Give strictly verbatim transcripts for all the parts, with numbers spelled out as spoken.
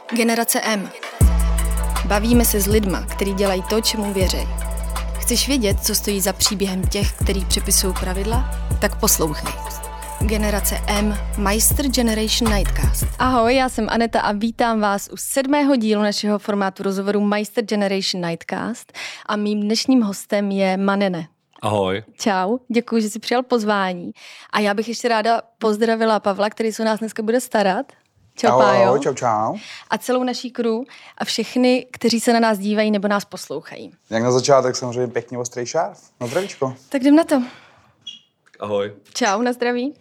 Generace M. Bavíme se s lidma, kteří dělají to, čemu věří. Chceš vědět, co stojí za příběhem těch, kteří přepisují pravidla? Tak poslouchej. Generace M, Meister Generation Nightcast. Ahoj, já jsem Aneta a vítám vás u sedmého dílu našeho formátu rozhovoru Meister Generation Nightcast a mým dnešním hostem je Manene. Ahoj. Čau, děkuji, že jsi přijal pozvání. A já bych ještě ráda pozdravila Pavla, který se o nás dneska bude starat. Čau, ahoj, Pájo. ahoj, čau, čau. A celou naší crew a všechny, kteří se na nás dívají nebo nás poslouchají. Jak na začátek samozřejmě pěkně ostrý šáf. Na zdravíčko. Tak jdem na to. Ahoj. Čau, na zdraví.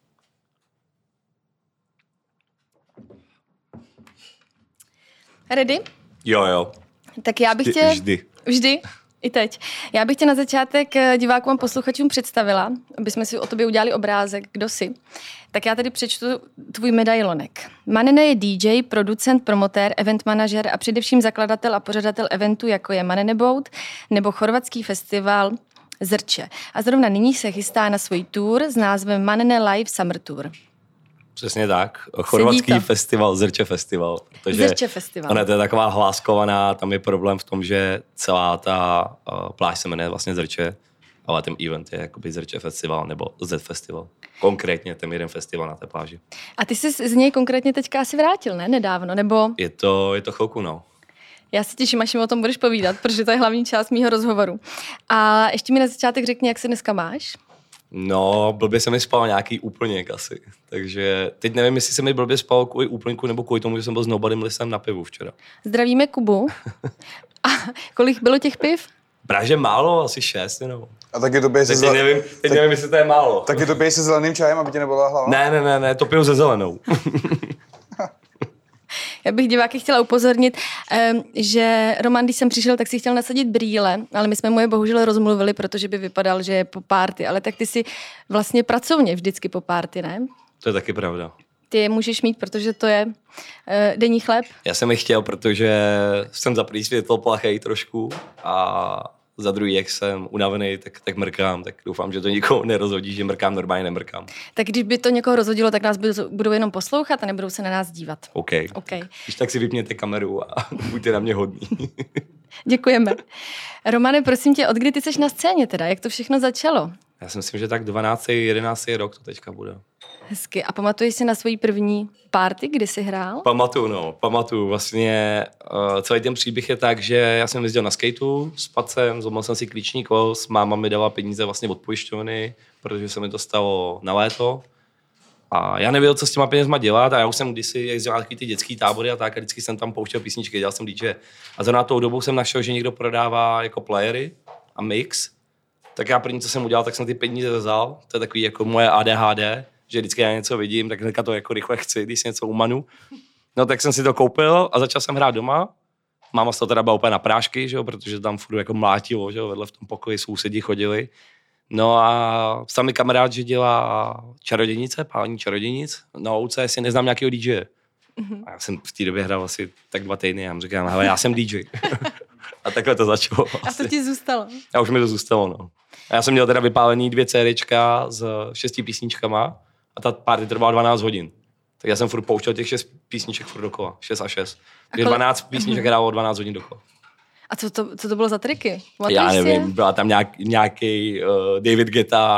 Ready? Jo, jo. Tak já bych Vždy, tě... Vždy. Vždy? I teď. Já bych tě na začátek divákům a posluchačům představila, aby jsme si o tobě udělali obrázek, kdo jsi. Tak já tady přečtu tvůj medailonek. Manene je D J, producent, promotér, event manažer a především zakladatel a pořadatel eventů, jako je Manene Boat nebo chorvatský festival Zrče. A zrovna nyní se chystá na svůj tour s názvem Manene Live Summer Tour. Přesně tak. Chorvatský festival, Zrče festival. Protože Zrče festival. Ona to je taková hláskovaná, tam je problém v tom, že celá ta uh, pláž se jmenuje vlastně Zrče, ale ten event je jakoby Zrče festival nebo Z festival. Konkrétně ten jeden festival na té pláži. A ty jsi z něj konkrétně teďka asi vrátil, ne? Nedávno, nebo? Je to, je to chvilku, no. Já se těším, až mi o tom budeš povídat, protože to je hlavní část mýho rozhovoru. A ještě mi na začátek řekni, jak se dneska máš? No, blbě se mi spal nějaký úplněk asi. Takže teď nevím, jestli se mi blbě spal kvůli úplňku nebo kvůli tomu, že jsem byl s Nobodym listem na pivu včera. Zdravíme Kubu. A kolik bylo těch piv? Právě málo, asi šest jenom. A taky to piješ se Teď nevím, teď tak, nevím, jestli to je málo. Taky to piješ se zeleným čajem, aby tě nebyla hlava? Ne, ne, ne, ne, to piju se zelenou. Já bych diváky chtěla upozornit, že Roman, když jsem přišel, tak si chtěl nasadit brýle, ale my jsme mu je bohužel rozmluvili, protože by vypadal, že je po párty, ale tak ty si vlastně pracovně vždycky po párty, ne? To je taky pravda. Ty je můžeš mít, protože to je uh, denní chléb. Já jsem je chtěl, protože jsem za první světlo plachej trošku a za druhý, jak jsem unavený, tak, tak mrkám, tak doufám, že to nikoho nerozhodí, že mrkám, normálně nemrkám. Tak když by to někoho rozhodilo, tak nás budou jenom poslouchat a nebudou se na nás dívat. OK. okay. Když tak si vypněte kameru a buďte na mě hodní. Děkujeme. Romane, prosím tě, od kdy ty jsi na scéně teda? Jak to všechno začalo? Já si myslím, že tak dvanáctý, jedenáctý rok to teďka bude. Hezky. A pamatuješ si na svoji první party, kdy jsi hrál? Pamatuju, no. Pamatuju. Vlastně uh, celý ten příběh je tak, že já jsem jezdil na skateu s pacem, zlomil jsem si klíční klos, máma mi dala peníze vlastně od pojišťovny, protože se mi to stalo na léto. A já nevěděl, co s těma penězma dělat a já už jsem kdysi jezdil na takový ty dětský tábory a tak a vždycky jsem tam pouštěl písničky, dělal jsem D J. A zrovna tou dobou jsem našel, že někdo prodává jako playery a mix. Tak já první, co jsem udělal, tak jsem ty peníze vzal. To je takový jako moje A D H D, že vždycky já něco vidím, tak hnedka to jako rychle chci, když si něco umanu. No tak jsem si to koupil a začal jsem hrát doma. Máma z toho teda byla úplně na prášky, že jo, protože tam furt jako mlátilo, že jo, vedle v tom pokoji sousedí chodili. No a sami kamarád, že dělá čarodějnice, pálení čarodějnic. Na ouce, jestli neznám nějakého D J. Mm-hmm. A já jsem v té době hrál asi tak dva týdny a já mu říkám, hele, já jsem D J. A takhle to začalo. A to ti zůstalo? A už mi to zůstalo, no. A já jsem měl teda vypálený dvě CDčka s šesti písničkama a ta party trvala dvanáct hodin. Tak já jsem furt pouštěl těch šest písniček furt dokola. šest a šest. Takže dvanáct písniček hrálo dvanáct hodin dokola. A co to, co to bylo za triky? Matuješ já nevím, si? Byla tam nějak, nějaký uh, David Guetta,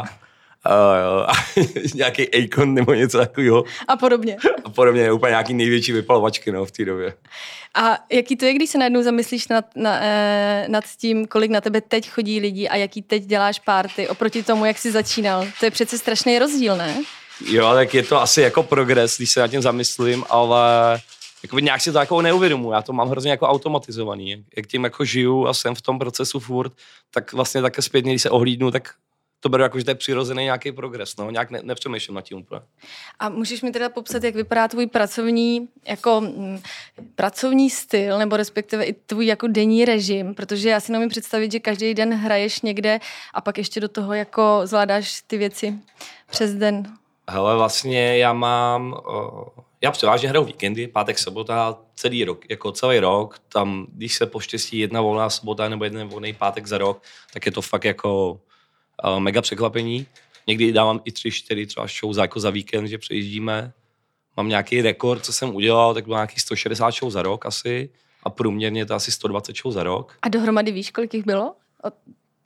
uh, nějaký Akon nebo něco takového. A podobně. A podobně, úplně nějaký největší vypalovačky, no, v té době. A jaký to je, když se najednou zamyslíš nad, na, eh, nad tím, kolik na tebe teď chodí lidi a jaký teď děláš party oproti tomu, jak jsi začínal? To je přece strašný rozdíl, ne? Jo, tak je to asi jako progres, když se nad tím zamyslím, ale jakoby nějak si to jako neuvědomuji. Já to mám hrozně jako automatizovaný. Jak tím jako žiju a jsem v tom procesu furt, tak vlastně také zpětně, když se ohlídnu, tak to beru jako, že to je přirozený nějaký progres. No, nějak ne, nepřemýšlím nad tím úplně. A můžeš mi teda popsat, jak vypadá tvůj pracovní, jako m, pracovní styl, nebo respektive i tvůj jako denní režim, protože já si nemůžu představit, že každý den hraješ někde a pak ještě do toho jako zvládáš ty věci přes den. Hele, vlastně já mám, uh, já převážně hraju víkendy, pátek, sobota, celý rok, jako celý rok, tam, když se poštěstí jedna volná sobota nebo jeden volný pátek za rok, tak je to fakt jako uh, mega překvapení. Někdy dávám i tři, čtyři třeba show za, jako za víkend, že přejíždíme. mám nějaký rekord, co jsem udělal, tak bylo nějaký sto šedesát show za rok asi a průměrně to asi sto dvacet show za rok. A dohromady víš, kolik jich bylo? Od...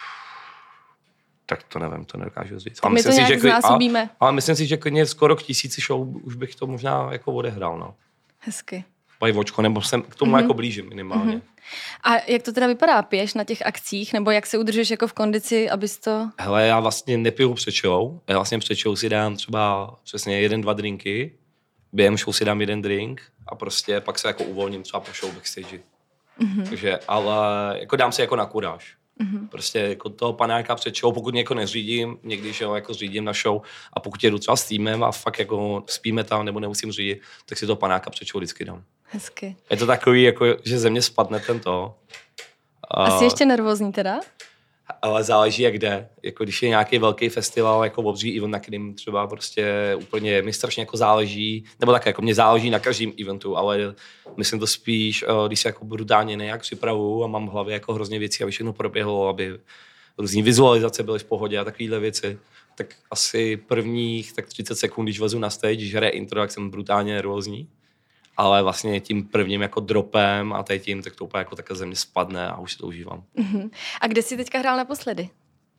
Tak to nevím, to nedokážu říct. Tak my to nějak znásobíme. Ale myslím si, že klidně skoro k tisíci show už bych to možná jako odehrál, no. Hezky. Pajvočko, nebo jsem k tomu mm-hmm. jako blížím minimálně. Mm-hmm. A jak to teda vypadá? Piješ na těch akcích? Nebo jak se udržuješ jako v kondici, abys to... Hele, já vlastně nepiju před show. Já vlastně před show si dám třeba přesně jeden, dva drinky. Během show si dám jeden drink a prostě pak se jako uvolním třeba po show backstage. Mm-hmm. Takže, ale jako dám si jako na kuráž. Mm-hmm. Prostě jako toho panáka před show, pokud někoho neřídím, někdy že jo, jako řídím na show a pokud jedu třeba s týmem a fakt jako spíme tam nebo nemusím řídit, tak si toho panáka před show vždycky dám. Hezky. Je to takový, jako, že ze mě spadne tento. A jsi ještě nervózní teda? Ale záleží, jak jde. Jako když je nějaký velký festival, jako obří event, na kterým třeba prostě úplně mi strašně jako záleží, nebo tak jako mě záleží na každém eventu, ale myslím to spíš, když se jako brutálně nějak připravuju a mám v hlavě jako hrozně věcí, aby všechno proběhlo, aby různý vizualizace byly v pohodě a takovéhle věci. Tak asi prvních tak třicet sekund, když vezu na stage, když hraje intro, tak jsem brutálně nervózní. Ale vlastně tím prvním jako dropem a teď tím, tak to úplně jako takhle ze mě spadne a už si to užívám. Uh-huh. A kde jsi teďka hrál naposledy?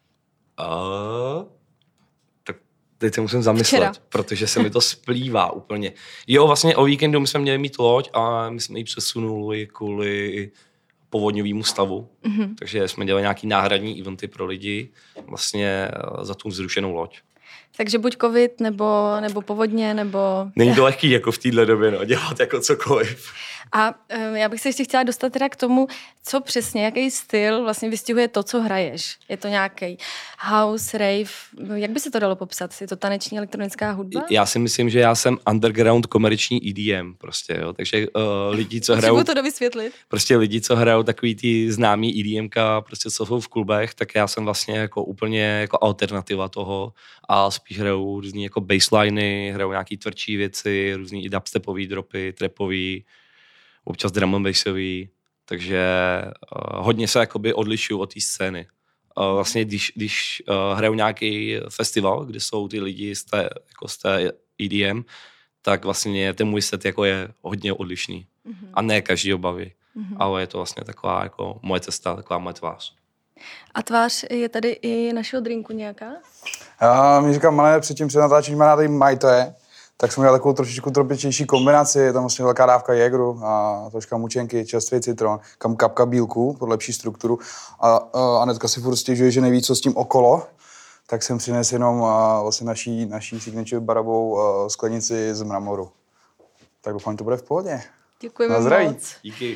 Uh, tak teď se musím zamyslet, Včera. Protože se mi to splývá úplně. Jo, vlastně o víkendu my jsme měli mít loď a my jsme ji přesunuli kvůli povodňovému stavu. Uh-huh. Takže jsme dělali nějaký náhradní eventy pro lidi vlastně za tu zrušenou loď. Takže buď covid, nebo, nebo povodně, nebo... Není to lehký jako v téhle době, no, dělat jako cokoliv. A um, já bych se ještě chtěla dostat teda k tomu, co přesně, jaký styl vlastně vystihuje to, co hraješ. Je to nějaký house, rave, jak by se to dalo popsat? Je to taneční elektronická hudba? Já si myslím, že já jsem underground komerční E D M prostě, jo, takže uh, lidi, co hrajou... to dovysvětlit. Prostě lidi, co hrajou takový ty známý EDMka, prostě co jsou v klubech, tak já jsem vlastně jako úplně jako alternativa toho a spíš hrajou různý jako bassliny, hrajou nějaký tvrdší věci, různý dubstepový dropy, trapový, občas drum and bassový, takže uh, hodně se jakoby odlišuju od té scény. Uh, vlastně když, když uh, hrajou nějaký festival, kde jsou ty lidi z té, jako z té E D M, tak vlastně ten můj set jako je hodně odlišný. Mm-hmm. A ne každý ho baví. Mm-hmm. Ale je to vlastně taková jako moje cesta, taková moje tvář. A tvář je tady i našeho drinku nějaká? Já mi říkám, malé, předtím před natáčením má tady Majte, tak jsme měli takovou trošičku tropičnější kombinaci, je tam vlastně velká dávka jégru a troška mučenky, čerstvý citron, kam kapka bílku pro lepší strukturu. A, a Anetka si furt stěžuje, že neví, co s tím okolo, tak jsem přinesl jenom a, vlastně naší, naší signature barovou a, sklenici z mramoru. Tak doufám, to bude v pohodě. Děkujeme moc. Díky.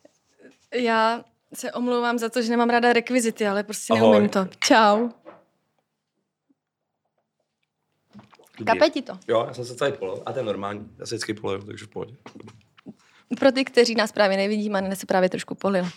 Já se omlouvám za to, že nemám ráda rekvizity, ale prostě Ahoj. neumím to. Čau. Kape ti to? Jo, já jsem se tady polil. A to je normální. Já se vždycky poliju, takže v pohodě. Pro ty, kteří nás právě nevidí, Manene se právě trošku polil.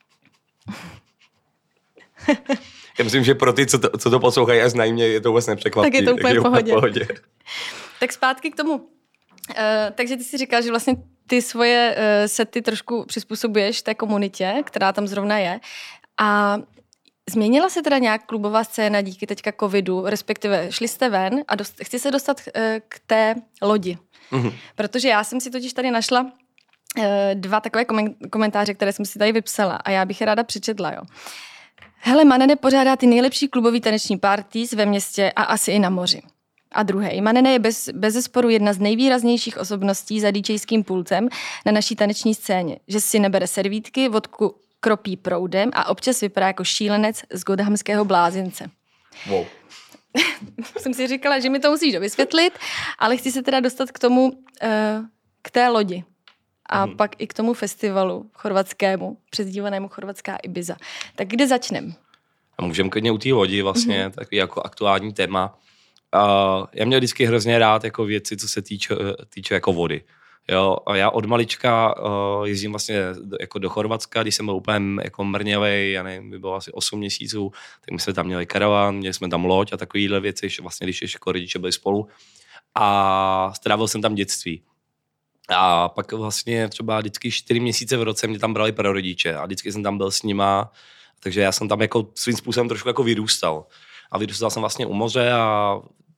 Já myslím, že pro ty, co to, co to poslouchají a znají mě, je to vůbec nepřekvapí. Tak je to úplně v pohodě. pohodě. Tak zpátky k tomu. Uh, takže ty si říkal, že vlastně ty svoje uh, sety trošku přizpůsobuješ té komunitě, která tam zrovna je. A změnila se teda nějak klubová scéna díky teďka covidu, respektive šli jste ven a dost, chci se dostat uh, k té lodi. Mm-hmm. Protože já jsem si totiž tady našla uh, dva takové komentáře, které jsem si tady vypsala a já bych je ráda přečetla, jo. Hele, Manene pořádá ty nejlepší klubový taneční parties ve městě a asi i na moři. A druhý, Manene je bez, bezesporu jedna z nejvýraznějších osobností za DJským pultem na naší taneční scéně, že si nebere servítky, vodku kropí proudem a občas vypadá jako šílenec z godhamského blázince. Wow. Jsem si říkala, že mi to musíš vysvětlit, ale chci se teda dostat k tomu, k té lodi. A hmm. pak i k tomu festivalu chorvatskému, přezdívanému Chorvatská Ibiza. Tak kde začneme? A můžeme klidně u té lodi vlastně, hmm. takový jako aktuální téma. Uh, já měl vždycky hrozně rád jako věci, co se týče, týče jako vody. Jo, a já od malička uh, jezdím vlastně do, jako do Chorvatska, když jsem byl úplně jako mrňavej, já nevím, by bylo asi osm měsíců, tak my jsme tam měli karavan, měli jsme tam loď a takovýhle věci, vlastně když ještě jako rodiče byli spolu. A strávil jsem tam dětství. A pak vlastně třeba vždycky čtyři měsíce v roce mě tam brali prarodiče a vždycky jsem tam byl s nima, takže já jsem tam jako svým způsobem trošku jako vyrůstal. A vyrůstal jsem vlastně u moře a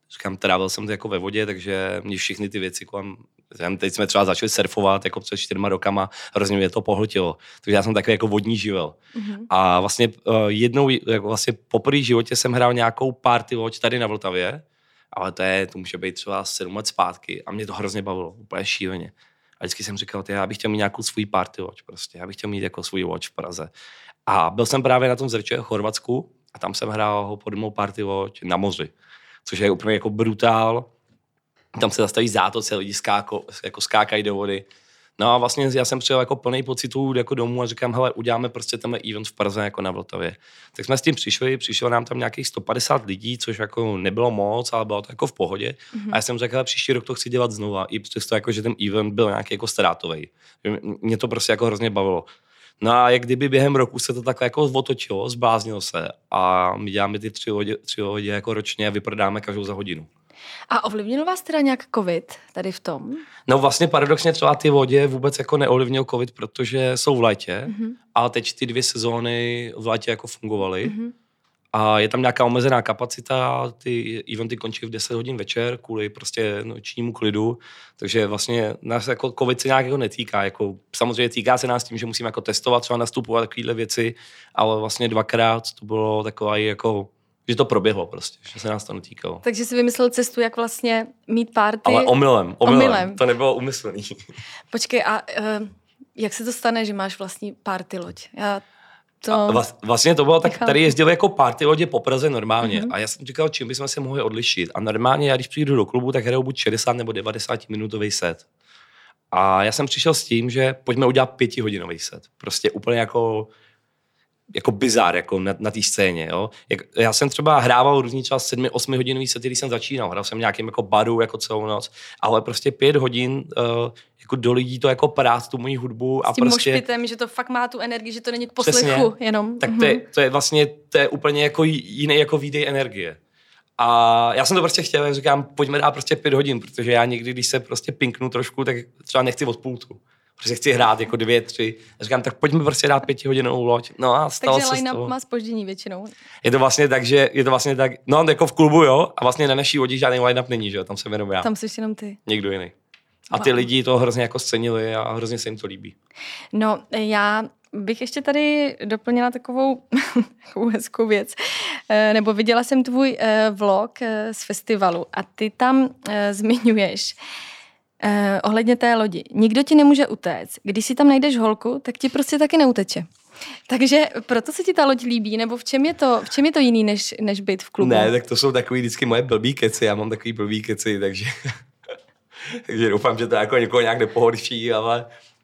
Říkám, trávil jsem to jako ve vodě, takže mě všechny ty věci kolem, teď jsme třeba začali surfovat jako před čtyřma rokama, hrozně mě to pohltilo. Takže já jsem takový jako vodní živel. Mm-hmm. A vlastně jednou, jako vlastně poprvé v životě jsem hrál nějakou party loď tady na Vltavě, ale to je, to může být třeba sedm let zpátky a mě to hrozně bavilo, úplně šíleně. A vždycky jsem říkal, já bych chtěl mít nějakou svůj party loď prostě, já bych chtěl mít jako svůj loď v Praze. A byl jsem právě na tom Zrče v Chorvatsku a tam jsem hrál podobnou party loď na moři, což je úplně jako brutál. Tam se zastaví zátoce, lidi skáko, jako skákají do vody. No a vlastně já jsem přijel jako plný pocitů jako domů a říkám, hele, uděláme prostě tenhle event v Praze jako na Vltavě. Tak jsme s tím přišli, přišlo nám tam nějakých sto padesát lidí, což jako nebylo moc, ale bylo to jako v pohodě. Mm-hmm. A já jsem řekl, hele, příští rok to chci dělat znova, i přesto jako, že ten event byl nějaký jako ztrátovej. Mě to prostě jako hrozně bavilo. No a jak kdyby během roku se to takhle jako otočilo, zbláznilo se a my děláme ty tři lodě, tři lodě jako ročně a vyprodáme každou za hodinu. A ovlivnil vás teda nějak covid tady v tom? No vlastně paradoxně třeba ty lodě vůbec jako neovlivnil covid, protože jsou v létě, mm-hmm. a teď ty dvě sezóny v létě jako fungovaly. Mm-hmm. A je tam nějaká omezená kapacita, ty eventy končí v deset hodin večer kvůli prostě nočnímu klidu, takže vlastně nás jako covid se nějak jako netýká. Jako, samozřejmě týká se nás tím, že musíme jako testovat, třeba nastupovat takovéhle věci, ale vlastně dvakrát to bylo takové jako, že to proběhlo prostě, že se nás to netýkalo. Takže jsi vymyslel cestu, jak vlastně mít party. Ale omylem, omylem, omylem. To nebylo umyslný. Počkej, a uh, jak se to stane, že máš vlastní party loď? Já to... Vlastně to bylo tak, tady jezdili jako party lodě po Praze normálně. Mm-hmm. A já jsem říkal, čím bychom se mohli odlišit. A normálně já, když přijdu do klubu, tak hraju buď šedesát nebo devadesát minutový set. A já jsem přišel s tím, že pojďme udělat pětihodinový set. Prostě úplně jako, jako bizár jako na, na té scéně. Jo? Jak, já jsem třeba hrával různý třeba sedmi, osmi hodinový sety, když jsem začínal. Hrál jsem nějakým jako baru jako celou noc. Ale prostě pět hodin uh, jako do lidí to jako prát tu moji hudbu. S tím a prostě mošpitem, že to fakt má tu energii, že to není k poslechu přesně, jenom. Tak to je, to je vlastně to je úplně jako jiný jako výdej energie. A já jsem to prostě chtěl, říkám, pojďme dát prostě pět hodin, protože já někdy, když se prostě pinknu trošku, tak třeba nechci od pultu. Prostě chci hrát jako dvě, tři. A říkám, tak pojďme prostě dát pětihodinovou loď. No a stalo Takže se line-up má zpoždění většinou. Je to vlastně tak, že je to vlastně tak, no jako v klubu, jo, a vlastně na naší lodi žádný line-up není, že jo, tam jsem jenom já. Tam jsi jenom ty. Někdo jiný. A ty wow. lidi to hrozně jako scenili a hrozně se jim to líbí. No, já bych ještě tady doplnila takovou, takovou hezkou věc. Nebo viděla jsem tvůj vlog z festivalu a ty tam zmiňuješ ohledně té lodi. Nikdo ti nemůže utéct. Když si tam najdeš holku, tak ti prostě taky neuteče. Takže proto se ti ta loď líbí, nebo v čem je to, v čem je to jiný, než, než být v klubu? Ne, tak to jsou takový vždycky moje blbý keci, já mám takový blbý keci, takže... takže doufám, že to jako někoho nějak nepohorší, ale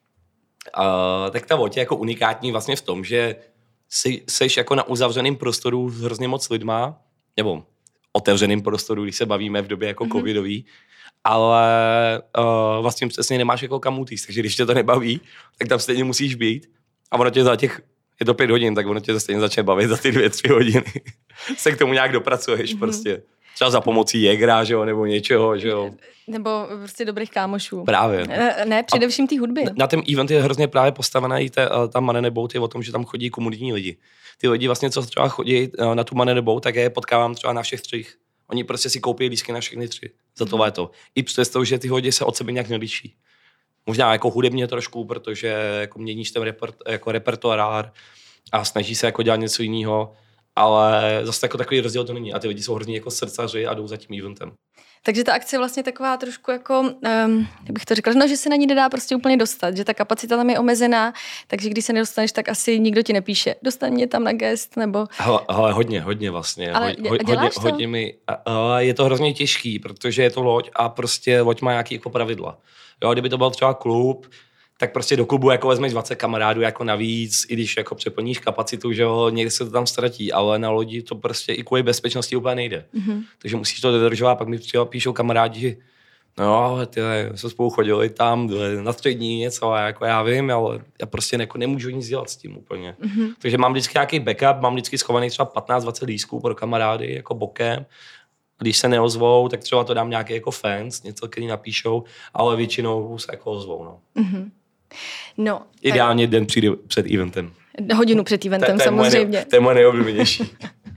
uh, tak ta loď je jako unikátní vlastně v tom, že jsi, seš jako na uzavřeném prostoru s hrozně moc lidma, nebo otevřeným prostoru, když se bavíme v době jako mm-hmm. covidový, ale uh, vlastně přesně nemáš jako kam utíct, takže když tě to nebaví, tak tam stejně musíš být a ono tě za těch, je to pět hodin, tak ono tě stejně začne bavit za ty dvě, tři hodiny. se k tomu nějak dopracuješ mm-hmm. prostě. Třeba za pomocí Jägera, že jo, nebo něčeho, že jo. Nebo prostě dobrých kámošů. Právě. Ne, ne především té hudby. Na, na ten event je hrozně právě postavená i ta, ta Manene Boat je o tom, že tam chodí komunitní lidi. Ty lidi vlastně, co třeba chodí na tu Manene Boat, tak je potkávám třeba na všech třích. Oni prostě si koupí lístky na všechny tři za to léto. I přesto, že ty lidi se od sebe nějak neliší. Možná jako hudebně trošku, protože jako měníš ten repert, jako repertoár a snaží se jako dělat něco jiného. Ale zase jako takový rozdíl to není. A ty lidi jsou hrozně jako srdcaři a jdou za tím eventem. Takže ta akce je vlastně taková trošku jako, um, jak bych to řekla, no, že se na ní nedá prostě úplně dostat, že ta kapacita tam je omezená, takže když se nedostaneš, tak asi nikdo ti nepíše. Dostaň mě tam na guest, nebo... Hele, hele hodně, hodně vlastně. Ale Ho, ho, hodně, to? hodně mi, ale je to hrozně těžký, protože je to loď a prostě loď má nějaký jako pravidla. Jo, kdyby to byl třeba klub, tak prostě do klubu jako vezmeš dvacet kamarádů jako navíc, i když jako přeplníš kapacitu, že jo, někdy se to tam ztratí, ale na lodi to prostě i kvůli bezpečnosti úplně nejde. Mm-hmm. Takže musíš to dodržovat, pak mi píšou kamarádi, no ale ty jsme spolu chodili tam na střední něco a jako já vím, ale já prostě jako nemůžu nic dělat s tím úplně. Mm-hmm. Takže mám vždycky nějaký backup, mám vždycky schovaný třeba patnáct dvacet lístků pro kamarády jako bokem. Když se neozvou, tak třeba to dám nějaký jako fans, něco, který napíšou, ale většinou se jako ozvou, no. Mm-hmm. No, ideálně den přijde před eventem. Hodinu před eventem, to, to samozřejmě. Moje, to je moje nejoblíbenější.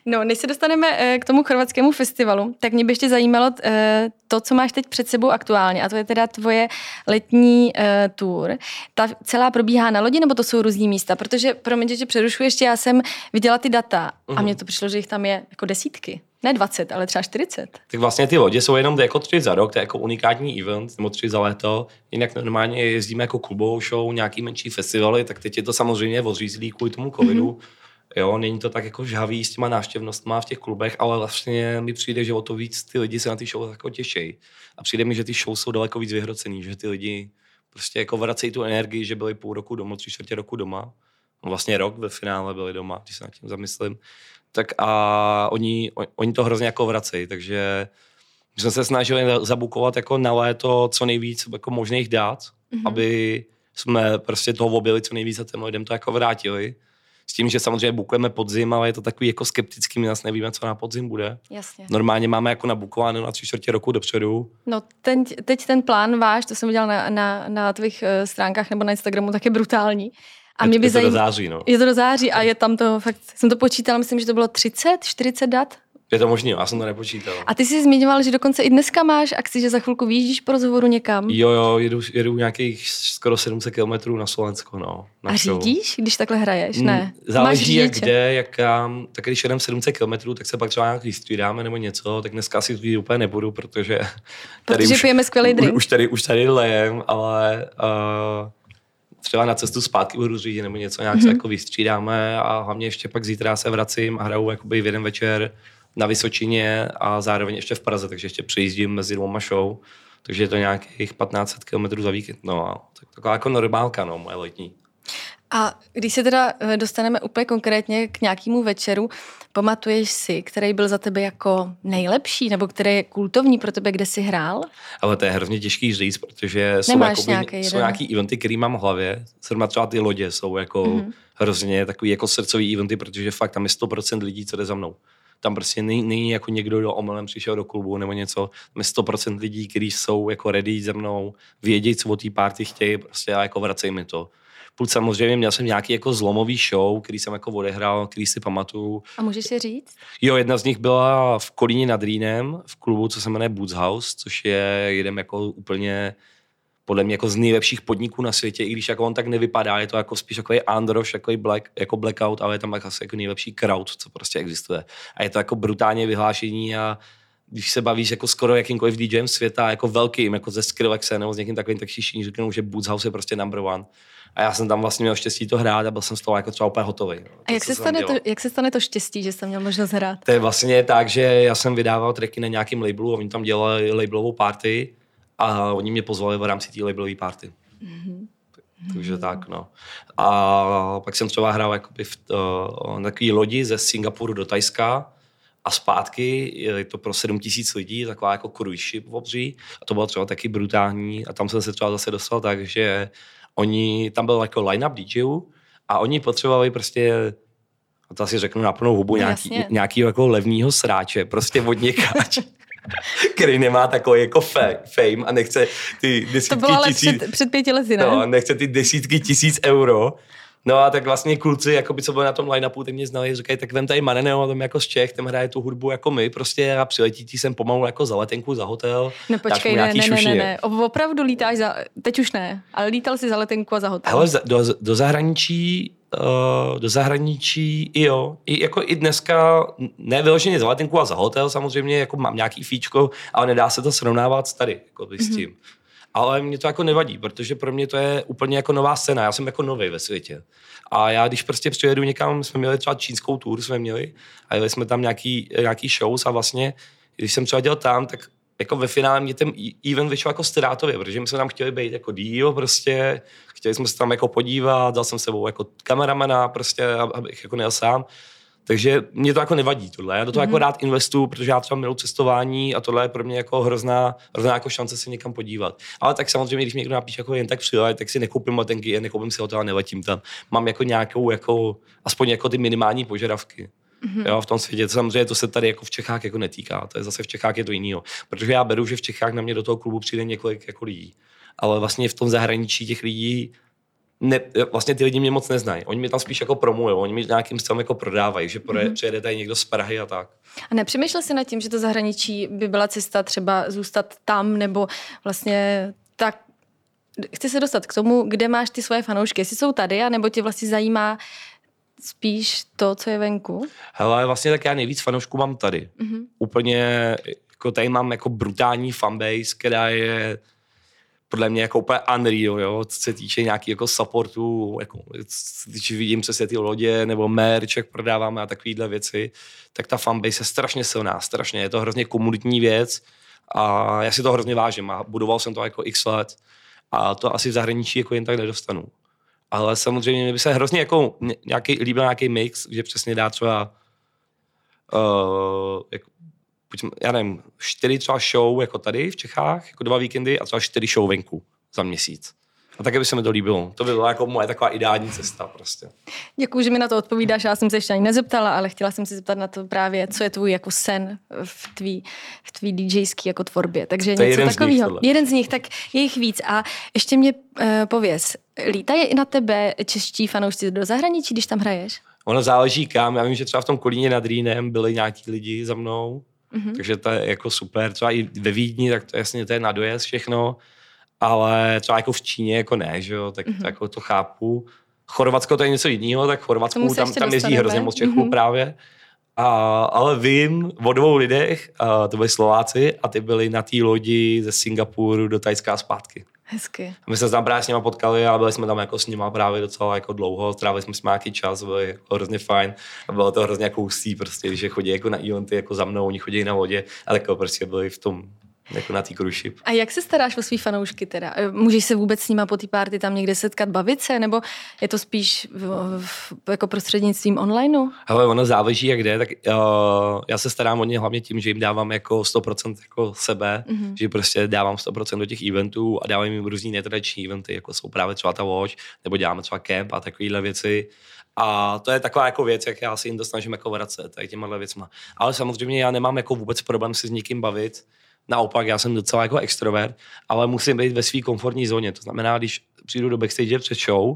No, než se dostaneme k tomu chorvatskému festivalu, tak mě by ještě zajímalo to, co máš teď před sebou aktuálně, a to je teda tvoje letní tour. Ta celá probíhá na lodi, nebo to jsou různý místa? Protože, promiň, že tě přerušuji, ještě já jsem viděla ty data a mně to přišlo, že jich tam je jako desítky. Ne dvacet, ale třeba čtyřicet. Tak vlastně ty lodě jsou jenom jako tři za rok, to je jako unikátní event, nebo tři za léto. Jinak normálně jezdíme jako klubovou show, nějaký menší festivaly, tak teď je to samozřejmě odřízlý kvůli tomu covidu. Mm-hmm. Jo, není to tak jako žhavý s těma návštěvnostma v těch klubech, ale vlastně mi přijde, že o to víc ty lidi se na ty show jako těší. A přijde mi, že ty show jsou daleko víc vyhrocený, že ty lidi prostě jako vracejí tu energii, že byli půl roku doma, tři čtvrtě roku doma. Vlastně rok ve finále byli doma, když se nad tím zamyslím. Tak a oni, oni to hrozně jako vracejí, takže my jsme se snažili zabukovat jako na léto co nejvíc jako možných dát, mm-hmm. aby jsme prostě toho objeli co nejvíc a těm lidem to jako vrátili. S tím, že samozřejmě bukujeme podzim, ale je to takový jako skeptický, my nás nevíme, co na podzim bude. Jasně. Normálně máme jako nabukováno na tři čtvrtě roku dopředu. No ten, teď ten plán váš, to jsem viděla na, na, na tvých uh, stránkách nebo na Instagramu, tak je brutální. A mě by je to zajím... do září, no. Je to do září a je tam to fakt, jsem to počítala, myslím, že to bylo třicet, čtyřicet dat. Je to možný, já jsem to nepočítal. A ty jsi zmiňoval, že dokonce i dneska máš akci, že za chvilku vyjíždíš po rozhovoru někam. Jo, jo, jedu, jedu nějakých skoro sedm set kilometrů na Slovensko, no. Na a show. Řídíš, když takhle hraješ? Ne. Záleží jak kde, jak kam. Tak když jedem sedm set kilometrů, tak se pak třeba nějak vystřídáme nebo něco, tak dneska asi jít úplně nebudu, protože tady protože už, pijeme skvělý drink. Už tady, už tady lejem, ale uh, třeba na cestu zpátky budu řídit nebo něco, nějak mm-hmm. se jako vystřídáme a hlavně ještě pak zítra se vracím a hraju jakoby v jeden večer na Vysočině a zároveň ještě v Praze, takže ještě přijíždím mezi dvěma show, takže je to nějakých patnáct set kilometrů za víkend, no a tak, taková jako normálka, no, moje letní. A když se teda dostaneme úplně konkrétně k nějakému večeru, pamatuješ si, který byl za tebe jako nejlepší, nebo který je kultovní pro tebe, kde jsi hrál? Ale to je hrozně těžký říct, protože jsou, jakoby, jsou nějaký eventy, který mám v hlavě. Zrovna třeba ty lodě jsou jako mm-hmm. hrozně takový jako srdcový eventy, protože fakt tam je sto procent lidí, co jde za mnou. Tam prostě není, není jako někdo, kdo omylem přišel do klubu nebo něco. Tam je sto procent lidí, kteří jsou jako ready ze mnou, vědějí, co o té party chtějí, prostě a jako vracej mi to. Plus samozřejmě měl jsem nějaký jako zlomový show, který jsem jako odehrál, který si pamatuju. A můžeš je říct? Jo, jedna z nich byla v Kolíně nad Rýnem, v klubu, co se jmenuje Boots House, což je jeden jako úplně podle mě jako z nejlepších podniků na světě, i když jako on tak nevypadá, je to jako spíš takový underdog, takový black, jako blackout, ale je tam asi jako nejlepší crowd, co prostě existuje. A je to jako brutálně vyhlášení a když se bavíš jako skoro jakýmkoliv DJem světa, jako velkým, jako ze Skrillexem nebo s někým takovým, tak všichni řeknou, že Boots House je prostě number one. A já jsem tam vlastně měl štěstí to hrát a byl jsem z toho jako třeba úplně hotový. No. A jak se, stane to, jak se stane to štěstí, že jsem měl možnost hrát? To je vlastně tak, že já jsem vydával tracky na nějakém labelu a oni tam dělali labelovou party a oni mě pozvali v rámci té labelové party. Mm-hmm. Takže mm-hmm. tak, no. A pak jsem třeba hrál jakoby v uh, na takový lodi ze Singapuru do Thajska a zpátky, je to pro sedm tisíc lidí, taková jako cruise ship obří a to bylo třeba taky brutální a tam jsem se třeba zase dostal tak, že oni, tam byl jako line-up DJů a oni potřebovali prostě, a to asi řeknu na plnou hubu, nějaký, nějaký jako levnýho sráče, prostě vodněkáč, který nemá takový jako fame a nechce ty desítky to bylo ale tisíc... před, před pěti lety, ne? No, nechce ty desítky tisíc euro. No a tak vlastně kluci, jakoby, co byli na tom line-upu, tak mě znali, říkají, tak vem tady Maneného, tam jako z Čech, tam hraje tu hudbu jako my, prostě a přiletí ti sem pomalu jako za letenku, za hotel. No počkej, ne, ne, ne, ne, ne, opravdu lítáš za, teď už ne, ale lítal jsi za letenku a za hotel. Hele, do, do zahraničí, uh, do zahraničí i jo, i, jako i dneska, ne vyloženě za letenku a za hotel, samozřejmě jako mám nějaký fíčko, ale nedá se to srovnávat tady, jako mm-hmm. s tím. Ale mě to jako nevadí, protože pro mě to je úplně jako nová scéna. Já jsem jako novej ve světě. A já když prostě přijedu někam, jsme měli třeba čínskou tour, jsme měli, a jeli jsme tam nějaký, nějaký shows a vlastně, když jsem třeba dělal tam, tak jako ve finále mě ten event vyšel jako ztrátově, protože my jsme tam chtěli být jako díl prostě, chtěli jsme se tam jako podívat, dal jsem s sebou jako kameramana prostě, abych jako nejel sám. Takže mě to jako nevadí tohle. Já do toho mm-hmm. jako rád investuju, protože já třeba miluji cestování a tohle je pro mě jako hrozná, hrozná jako šance se někam podívat. Ale tak samozřejmě, když mi někdo napíše jako jen tak přilet, tak si nekoupím letenky, nekoupím si hotel a neletím tam. Mám jako nějakou jako, aspoň jako ty minimální požadavky. Mm-hmm. Jo, v tom světě. To samozřejmě to se tady jako v Čechách jako netýká. To je zase v Čechách je to jinýho. Protože já beru, že v Čechách na mě do toho klubu přijde několik jako lidí. Ale vlastně v tom zahraničí těch lidí ne, vlastně ty lidi mě moc neznají. Oni mě tam spíš jako promujou, oni mi nějakým stylem jako prodávají, že mm-hmm. přijede tady někdo z Prahy a tak. A nepřemýšlel jsi nad tím, že to zahraničí by byla cesta třeba zůstat tam, nebo vlastně tak, chci se dostat k tomu, kde máš ty svoje fanoušky, jestli jsou tady, nebo tě vlastně zajímá spíš to, co je venku? Hele, vlastně tak já nejvíc fanoušků mám tady. Mm-hmm. Úplně, jako tady mám jako brutální fanbase, která je podle mě jako úplně unreal, jo, co se týče nějaký jako supportu, jako, když vidím přesně ty lodě nebo merch, jak prodáváme a takovýhle věci, tak ta fanbase je strašně silná, strašně, je to hrozně komunitní věc a já si to hrozně vážím a budoval jsem to jako x let a to asi v zahraničí jako jen tak nedostanu. Ale samozřejmě mi by se hrozně jako nějaký, líbil nějaký mix, že přesně dá třeba uh, jako, já nevím, čtyři třeba show jako tady v Čechách, jako dva víkendy a třeba čtyři show venku za měsíc. A také by se mi to líbilo. To by byla jako moje taková ideální cesta prostě. Děkuji, že mi na to odpovídáš. Já jsem se ještě ani nezeptala, ale chtěla jsem se zeptat na to právě, co je tvůj jako sen v tvý, v tvý DJský jako tvorbě. Takže to něco takového. Jeden z nich, tak je jich víc. A ještě mě uh, pověz, lítají i na tebe čeští fanoušci do zahraničí, když tam hraješ? Ono záleží kam. Já vím, že třeba v tom Kolíně nad Rýnem byli nějaký lidi za mnou, mm-hmm. takže to je jako super. Třeba i ve Vídni, tak to jasně to je na dojezd všechno. Ale třeba jako v Číně jako ne, že jo, tak mm-hmm. to, jako to chápu. Chorvatsko to je něco jiného, tak v Chorvatsku tam, tam jezdí hrozně moc Čechů mm-hmm. právě. A, ale vím o dvou lidech, a to byli Slováci a ty byli na té lodi ze Singapuru do Thajska zpátky. Hezky. A my jsme se tam právě s nima potkali a byli jsme tam jako s nima právě docela jako dlouho, strávili jsme s nějaký čas, bylo jako hrozně fajn a bylo to hrozně jako hustý prostě, když chodí jako na eventy jako za mnou, oni chodí na vodě a tak prostě byli v tom jako na tý cruise ship. A jak se staráš o svý fanoušky teda? Můžeš se vůbec s nima po té party tam někde setkat, bavit se, nebo je to spíš v, v, jako prostřednictvím onlineu? Hele, ono záleží jak jde, tak uh, já se starám o ně hlavně tím, že jim dávám jako sto procent jako sebe, mm-hmm. že prostě dávám sto procent do těch eventů a dávám jim různý netradiční eventy, jako jsou právě třeba ta Watch, nebo děláme třeba camp a takovýhle věci. A to je taková jako věc, jak já si jim to snažím jako vracet, tady těmahle věcma. Ale samozřejmě já nemám jako vůbec problém si s nikým bavit. Naopak, já jsem docela jako extrovert, ale musím být ve své komfortní zóně. To znamená, když přijdu do backstage před show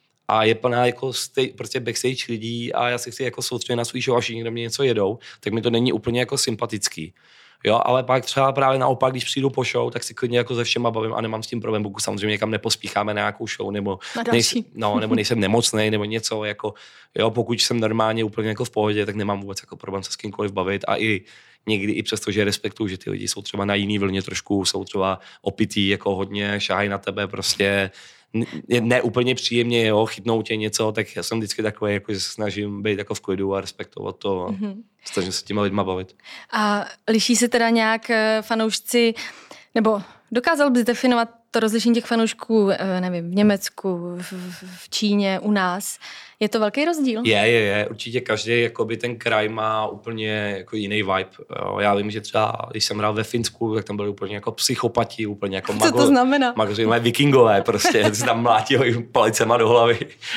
a je plná jako stej, prostě backstage lidí a já si chci jako soustředit na svůj show a všichni do mě něco jedou, tak mi to není úplně jako sympatický. Jo, ale pak třeba právě naopak, když přijdu po show, tak si klidně jako se všema bavím a nemám s tím problém, pokud samozřejmě někam nepospícháme na nějakou show, nebo, nejsem, no, nebo nejsem nemocnej, nebo něco, jako, jo, pokud jsem normálně úplně jako v pohodě, tak nemám vůbec jako problém se s kýmkoliv bavit a i někdy i přesto, že respektuju, že ty lidi jsou třeba na jiný vlně trošku, jsou třeba opitý, jako hodně šahají na tebe, prostě ne, ne úplně příjemně, jo, chytnou tě něco, tak já jsem vždycky takový, jako, že se snažím být jako v klidu a respektovat to a mm-hmm. snažím se těma lidma bavit. A liší se teda nějak fanoušci, nebo dokázal bys definovat to rozlišení těch fanoušků, nevím, v Německu, v, v Číně, u nás? Je to velký rozdíl? Je, je, je. Určitě každý jakoby ten kraj má úplně jako jiný vibe. Jo. Já vím, že třeba, když jsem hrál ve Finsku, tak tam byli úplně jako psychopati, úplně jako mago, co to znamená? Magoři, vikingové prostě, si tam mlátili palicema do hlavy.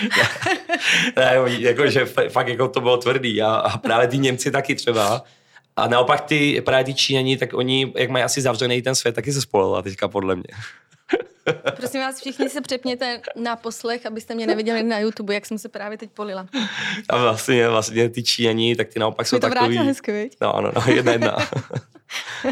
Ne, jako, že fakt jako to bylo tvrdý a, a právě ty Němci taky třeba. A naopak ty, právě ty Číňani, tak oni, jak mají asi zavřený ten svět, taky se spolila teďka podle mě. Prosím vás, všichni se přepněte na poslech, abyste mě neviděli na YouTube, jak jsem se právě teď polila. A vlastně, vlastně ty Číňani, tak ty naopak jsou to takový... vrátila hezky, viď? No, no, no, jedna, jedna. uh,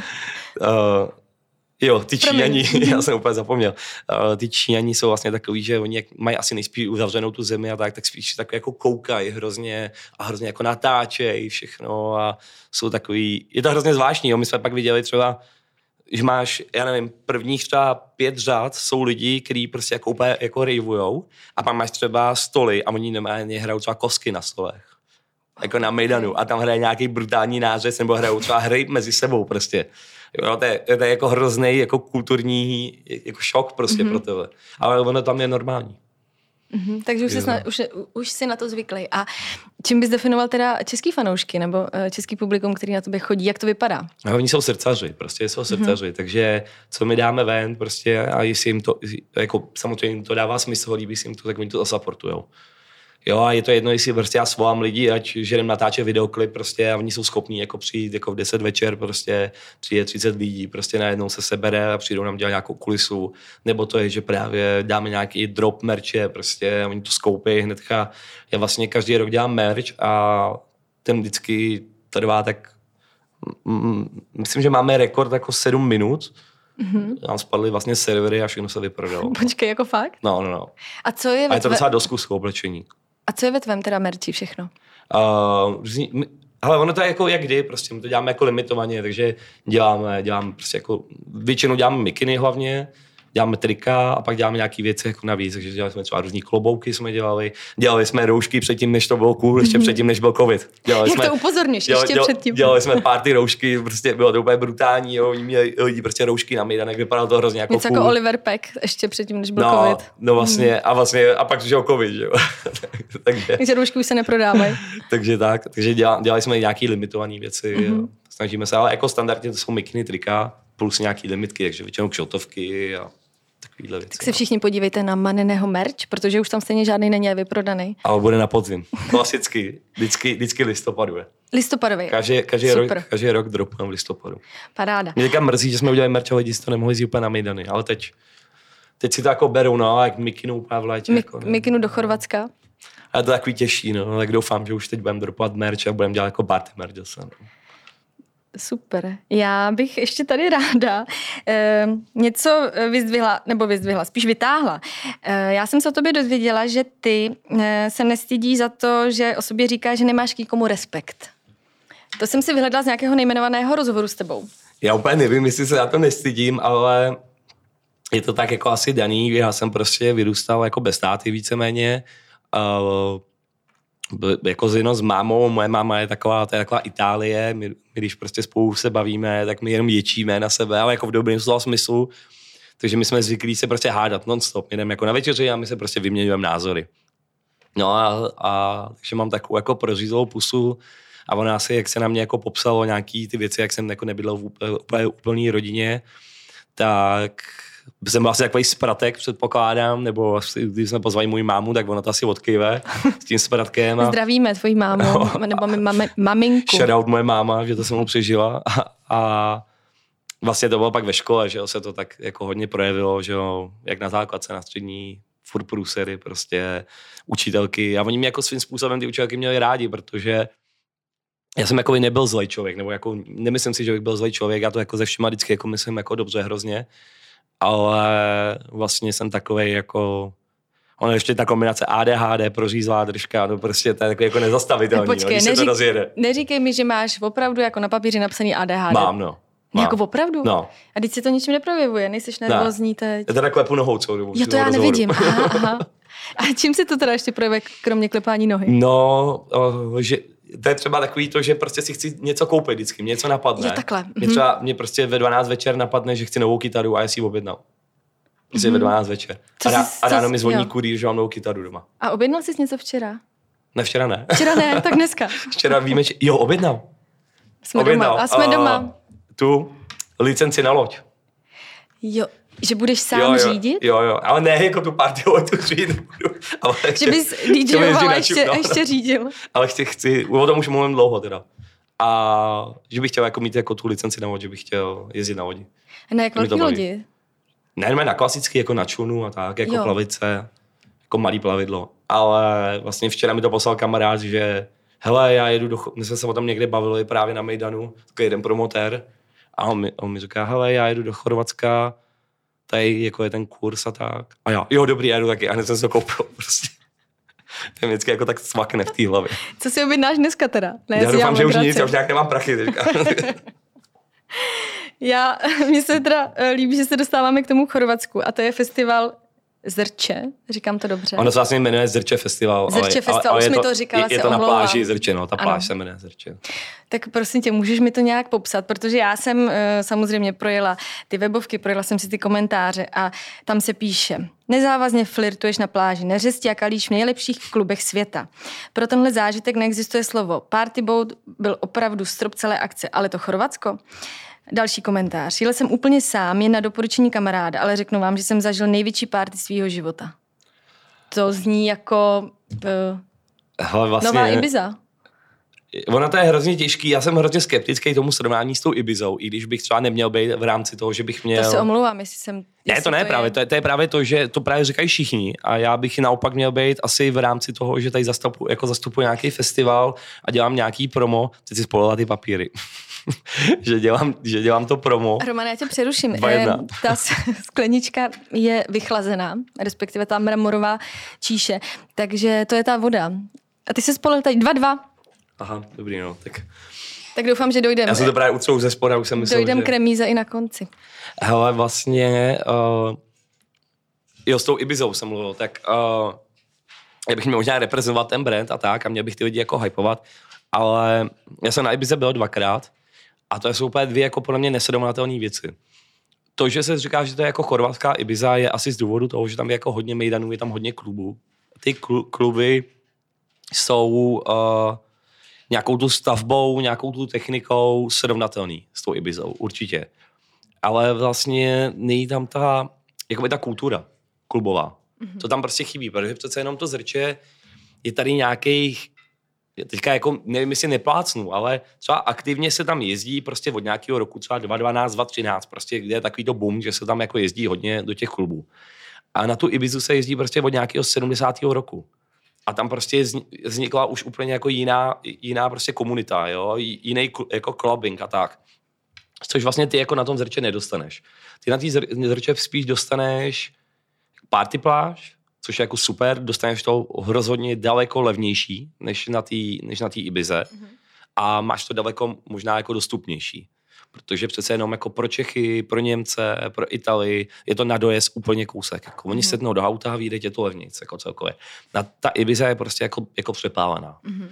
jo, ty Číňani, já jsem úplně zapomněl. Uh, ty Číňani jsou vlastně takový, že oni mají asi nejspíš uzavřenou tu zemi a tak, tak spíš tak jako koukají hrozně a hrozně jako natáčejí všechno a jsou takový... Je to hrozně zvláštní, jo, my jsme pak viděli třeba že máš, já nevím, prvních třeba pět řad jsou lidi, kteří prostě jako úplně jako rejvujou a pak máš třeba stoly a oni normálně hrajou třeba kosky na stolech. Jako na mejdanu a tam hraje nějaký brutální nářez nebo hrajou třeba hry mezi sebou prostě. Jo, to, je, to je jako hrozný jako kulturní jako šok prostě mm-hmm. pro tebe. Ale ono tam je normální. Mm-hmm, takže už jsi, na, už, už jsi na to zvyklý. A čím bys definoval teda český fanoušky nebo uh, český publikum, který na tobě chodí, jak to vypadá? No, oni jsou srdcaři, prostě jsou srdcaři, mm-hmm. takže co my dáme ven prostě a jestli jim to, jako samozřejmě jim to dává smysl, líbí si jim to, tak oni to supportujou. Jo, a je to jedno, jestli prostě já svolám lidi, ať že jdem natáčet videoklip prostě a oni jsou schopní jako přijít jako v deset večer, prostě přijde třicet lidí, prostě najednou se sebere a přijdou nám dělat nějakou kulisu, nebo to je, že právě dáme nějaký drop merče, prostě a oni to skoupí hnedka. Já vlastně každý rok dělám merch a ten vždycky trvá tak, mm, myslím, že máme rekord jako sedm minut. Mm-hmm. Nám spadly vlastně servery a všechno se vyprodalo. Počkej, jako fakt? No, no, no. A co je, a je to tve... docela dost kusů oblečení. A co je ve tvém teda merči všechno? Uh, my, ale ono to je jako jak kdy, prostě my to děláme jako limitovaně, takže děláme, děláme prostě jako, většinou děláme mikiny hlavně, děláme trika a pak děláme nějaké věci jako navíc, takže dělali jsme třeba různý klobouky jsme dělali, dělali jsme roušky předtím, než to bylo cool, ještě předtím, než byl covid. Dělali Jak jsme, to upozorníš, dělali, ještě dělali, předtím. Dělali jsme party roušky, prostě bylo to úplně brutální, jo, oni měli lidi prostě roušky na Mejdanek, vypadalo to hrozně jako něco cool. jako Oliver Peck, ještě předtím, než byl no, covid. No vlastně, a vlastně, a pak přišel covid, že jo. takže, takže roušky už se neprodávají. takže tak, takže dělali, dělali jsme nějaké limitované věci, mm-hmm. snažíme se, ale jako standardně to jsou mikiny, trika, plus nějaký limitky, takže většinou kšotovky a takovýhle věci. Tak se všichni podívejte na Maneného merch, protože už tam stejně žádný není a vyprodaný. Ale bude na podzim. Klasicky. Vždycky, vždycky listopadu je. Listopadový. Každý, každý, rok, každý rok dropujeme v listopadu. Paráda. Mě teďka mrzí, že jsme udělali merch a lidi si to nemohli zjít úplně na Mejdany, ale teď, teď si to jako berou, no, jak mikinu úplně v létě. Mik- jako, mikinu do Chorvatska. A to takový těžší, no, tak doufám, že už teď budeme dropovat merch a budeme dělat jako party merch zase. No. Super. Já bych ještě tady ráda eh, něco vyzdvihla, nebo vyzdvihla, spíš vytáhla. Eh, já jsem se o tobě dozvěděla, že ty eh, se nestydíš za to, že o sobě říkáš, že nemáš k nikomu respekt. To jsem si vyhledala z nějakého nejmenovaného rozhovoru s tebou. Já úplně nevím, jestli se za to nestydím, ale je to tak jako asi daný. Já jsem prostě vyrůstal jako bez táty víceméně. Uh, jako jenom s mámou, moje máma je taková, to je taková Itálie, my, my když prostě spolu se bavíme, tak my jenom ječíme na sebe, ale jako v dobrém slova smyslu, takže my jsme zvyklí se prostě hádat non-stop, jdeme jako na večeři a my se prostě vyměňujeme názory. No a, a takže mám takovou jako prořízlou pusu a ona asi, jak se na mě jako popsalo nějaký ty věci, jak jsem jako nebydlel v úplně úplný rodině, tak jsem byl asi takový spratek, předpokládám, nebo když jsme pozvali moji mámu, tak ona to asi odkyve s tím spratkem. A... Zdravíme tvoji mámu, no. nebo mami, maminku. Shoutout moje máma, že to se mnou přežila. A, a vlastně to bylo pak ve škole, že jo, se to tak jako hodně projevilo, že jo, jak na základce, na střední, furt průsery, prostě učitelky. A oni mě jako svým způsobem ty učitelky měli rádi, protože já jsem jako nebyl zlej člověk, nebo jako nemyslím si, že bych byl zlej člověk, já to jako ze všema vždycky jako myslím jako dobře hrozně. Ale vlastně jsem takovej jako, ono ještě ta kombinace A D H D, prořízlá držka, no prostě to je takový jako nezastavitelný, Počkej, no, když neřík, se to rozjede. Neříkej mi, že máš opravdu jako na papíře napsaný A D H D. Mám, no. Mám. Jako opravdu? No. A teď se to ničím neprojevuje, nejseš nervózní ne. teď. Já teda klepu nohou celou dobu. Jo, to já rozhovoru. Nevidím, aha, aha. A čím se to teda ještě projevuje, kromě klepání nohy? No, o, že to je třeba takový to, že prostě si chci něco koupit vždycky, mě něco napadne. Jo, takhle. Mě třeba, mě prostě ve dvanáct večer napadne, že chci novou kytaru a já si ji objednám. Prostě mm-hmm. ve dvanáct večer. A, rá, a ráno mi zvoní kurýr, že mám novou kytaru doma. A objednal jsi něco včera? Ne, včera ne. Včera ne, tak dneska. Včera víme, že... Jo, objednal. Jsme objednal. doma. A jsme uh, doma. Tu licenci na loď. Jo, že budeš sám jo, jo, řídit? Jo, jo, ale ne jako tu party, ale tu řídit nebudu. Ale že bys DJoval a ještě, no, ještě řídil. Ale chci, chci, o tom už mluvím dlouho teda. A že bych chtěl jako mít jako tu licenci na loď, že bych chtěl jezdit na lodi. A na jak velký lodi? Ne, ne, na klasický, jako na člunu a tak, jako jo. plavice, jako malý plavidlo. Ale vlastně včera mi to poslal kamarád, že hele, já jedu do, my jsme se o tom někde bavili právě na Mejdanu, takový jeden promotér. A on mi, on mi říká, hele, já jedu do Chorvatska, tady jako je ten kurz a tak. A já, jo, dobrý, já jedu taky. A hned jsem se to koupil prostě. To je vždycky jako tak svakne v té hlavě. Co si objednáš dneska teda? Ne, já doufám, že už nic, já už nějak nemám prachy teďka. Já, mně se teda líbí, že se dostáváme k tomu Chorvatsku a to je festival Zrče, říkám to dobře. Ono se vlastně jmenuje Zrče festival. Zrče ale, festival, ale už je mi to, to říkala, je, je se to na omlouvám. pláži Zrče, no, ta pláž ano. se jmenuje Zrče. Tak prosím tě, můžeš mi to nějak popsat, protože já jsem uh, samozřejmě projela ty webovky, projela jsem si ty komentáře a tam se píše: nezávazně flirtuješ na pláži, neřesti a kalíš v nejlepších klubech světa. Pro tenhle zážitek neexistuje slovo. Party boat byl opravdu strop celé akce, ale to Chorvatsko? Další komentář. Jel jsem úplně sám, jen na doporučení kamaráda, ale řeknu vám, že jsem zažil největší party svýho života. To zní jako uh, Hele, vlastně, Nová Ibiza. Ono to je hrozně těžký, já jsem hrozně skeptický tomu srovnání s tou Ibizou, i když bych třeba neměl být v rámci toho, že bych měl... To se omlouvám, jestli jsem... Jestli ne, to ne to právě, je... to je, to je právě to, že to právě říkají všichni a já bych naopak měl být asi v rámci toho, že tady zastupuji, jako zastupuji nějaký festival a dělám nějaký promo, teď si spolila ty papíry, že, dělám, že dělám to promo. Roman, já tě přeruším. E, ta sklenička je vychlazená, respektive ta mramorová číše, takže to je ta voda. A ty se spolil tady dva dva. Aha, dobrý, no, tak... Tak doufám, že dojdeme. Já jsem to právě utřou ze spoda, už jsem myslel, dojdem že... k remíze i na konci. Hele, vlastně... Uh, jo, s tou Ibizou jsem mluvil, tak... Uh, já bych měl možná reprezentovat ten brand a tak, a měl bych ty lidi jako hypovat, ale já jsem na Ibize byl dvakrát a to jsou úplně dvě jako podle mě nesrovnatelné věci. To, že se říká, že to je jako chorvatská Ibiza, je asi z důvodu toho, že tam je jako hodně mejdanů, je tam hodně klubů. Ty kluby jsou uh, nějakou tu stavbou, nějakou tu technikou srovnatelný s tou Ibizou, určitě. Ale vlastně není tam ta, jakoby ta kultura klubová. Mm-hmm. To tam prostě chybí, protože přece jenom to Zrče je tady nějakých, teďka jako nevím, jestli neplácnu, ale třeba aktivně se tam jezdí prostě od nějakého roku, třeba dva dvanáct, dva třináct, prostě kde je takový to boom, že se tam jako jezdí hodně do těch klubů. A na tu Ibizu se jezdí prostě od nějakého sedmdesátého roku. A tam prostě vznikla už úplně jako jiná, jiná prostě komunita, jo? Jiný jako clubbing a tak. Což vlastně ty jako na tom Zrče nedostaneš. Ty na té Zrče spíš dostaneš party pláž, což je jako super, dostaneš to hrozně daleko levnější než na té než na té Ibize. Mm-hmm. A máš to daleko možná jako dostupnější. Protože přece jenom jako pro Čechy, pro Němce, pro Italii je to na dojezd úplně kousek. Jako oni mm. sednou do auta a vyjde tě to levnic, jako celkově. Na, ta Ibiza je prostě jako, jako přepálená. Mm.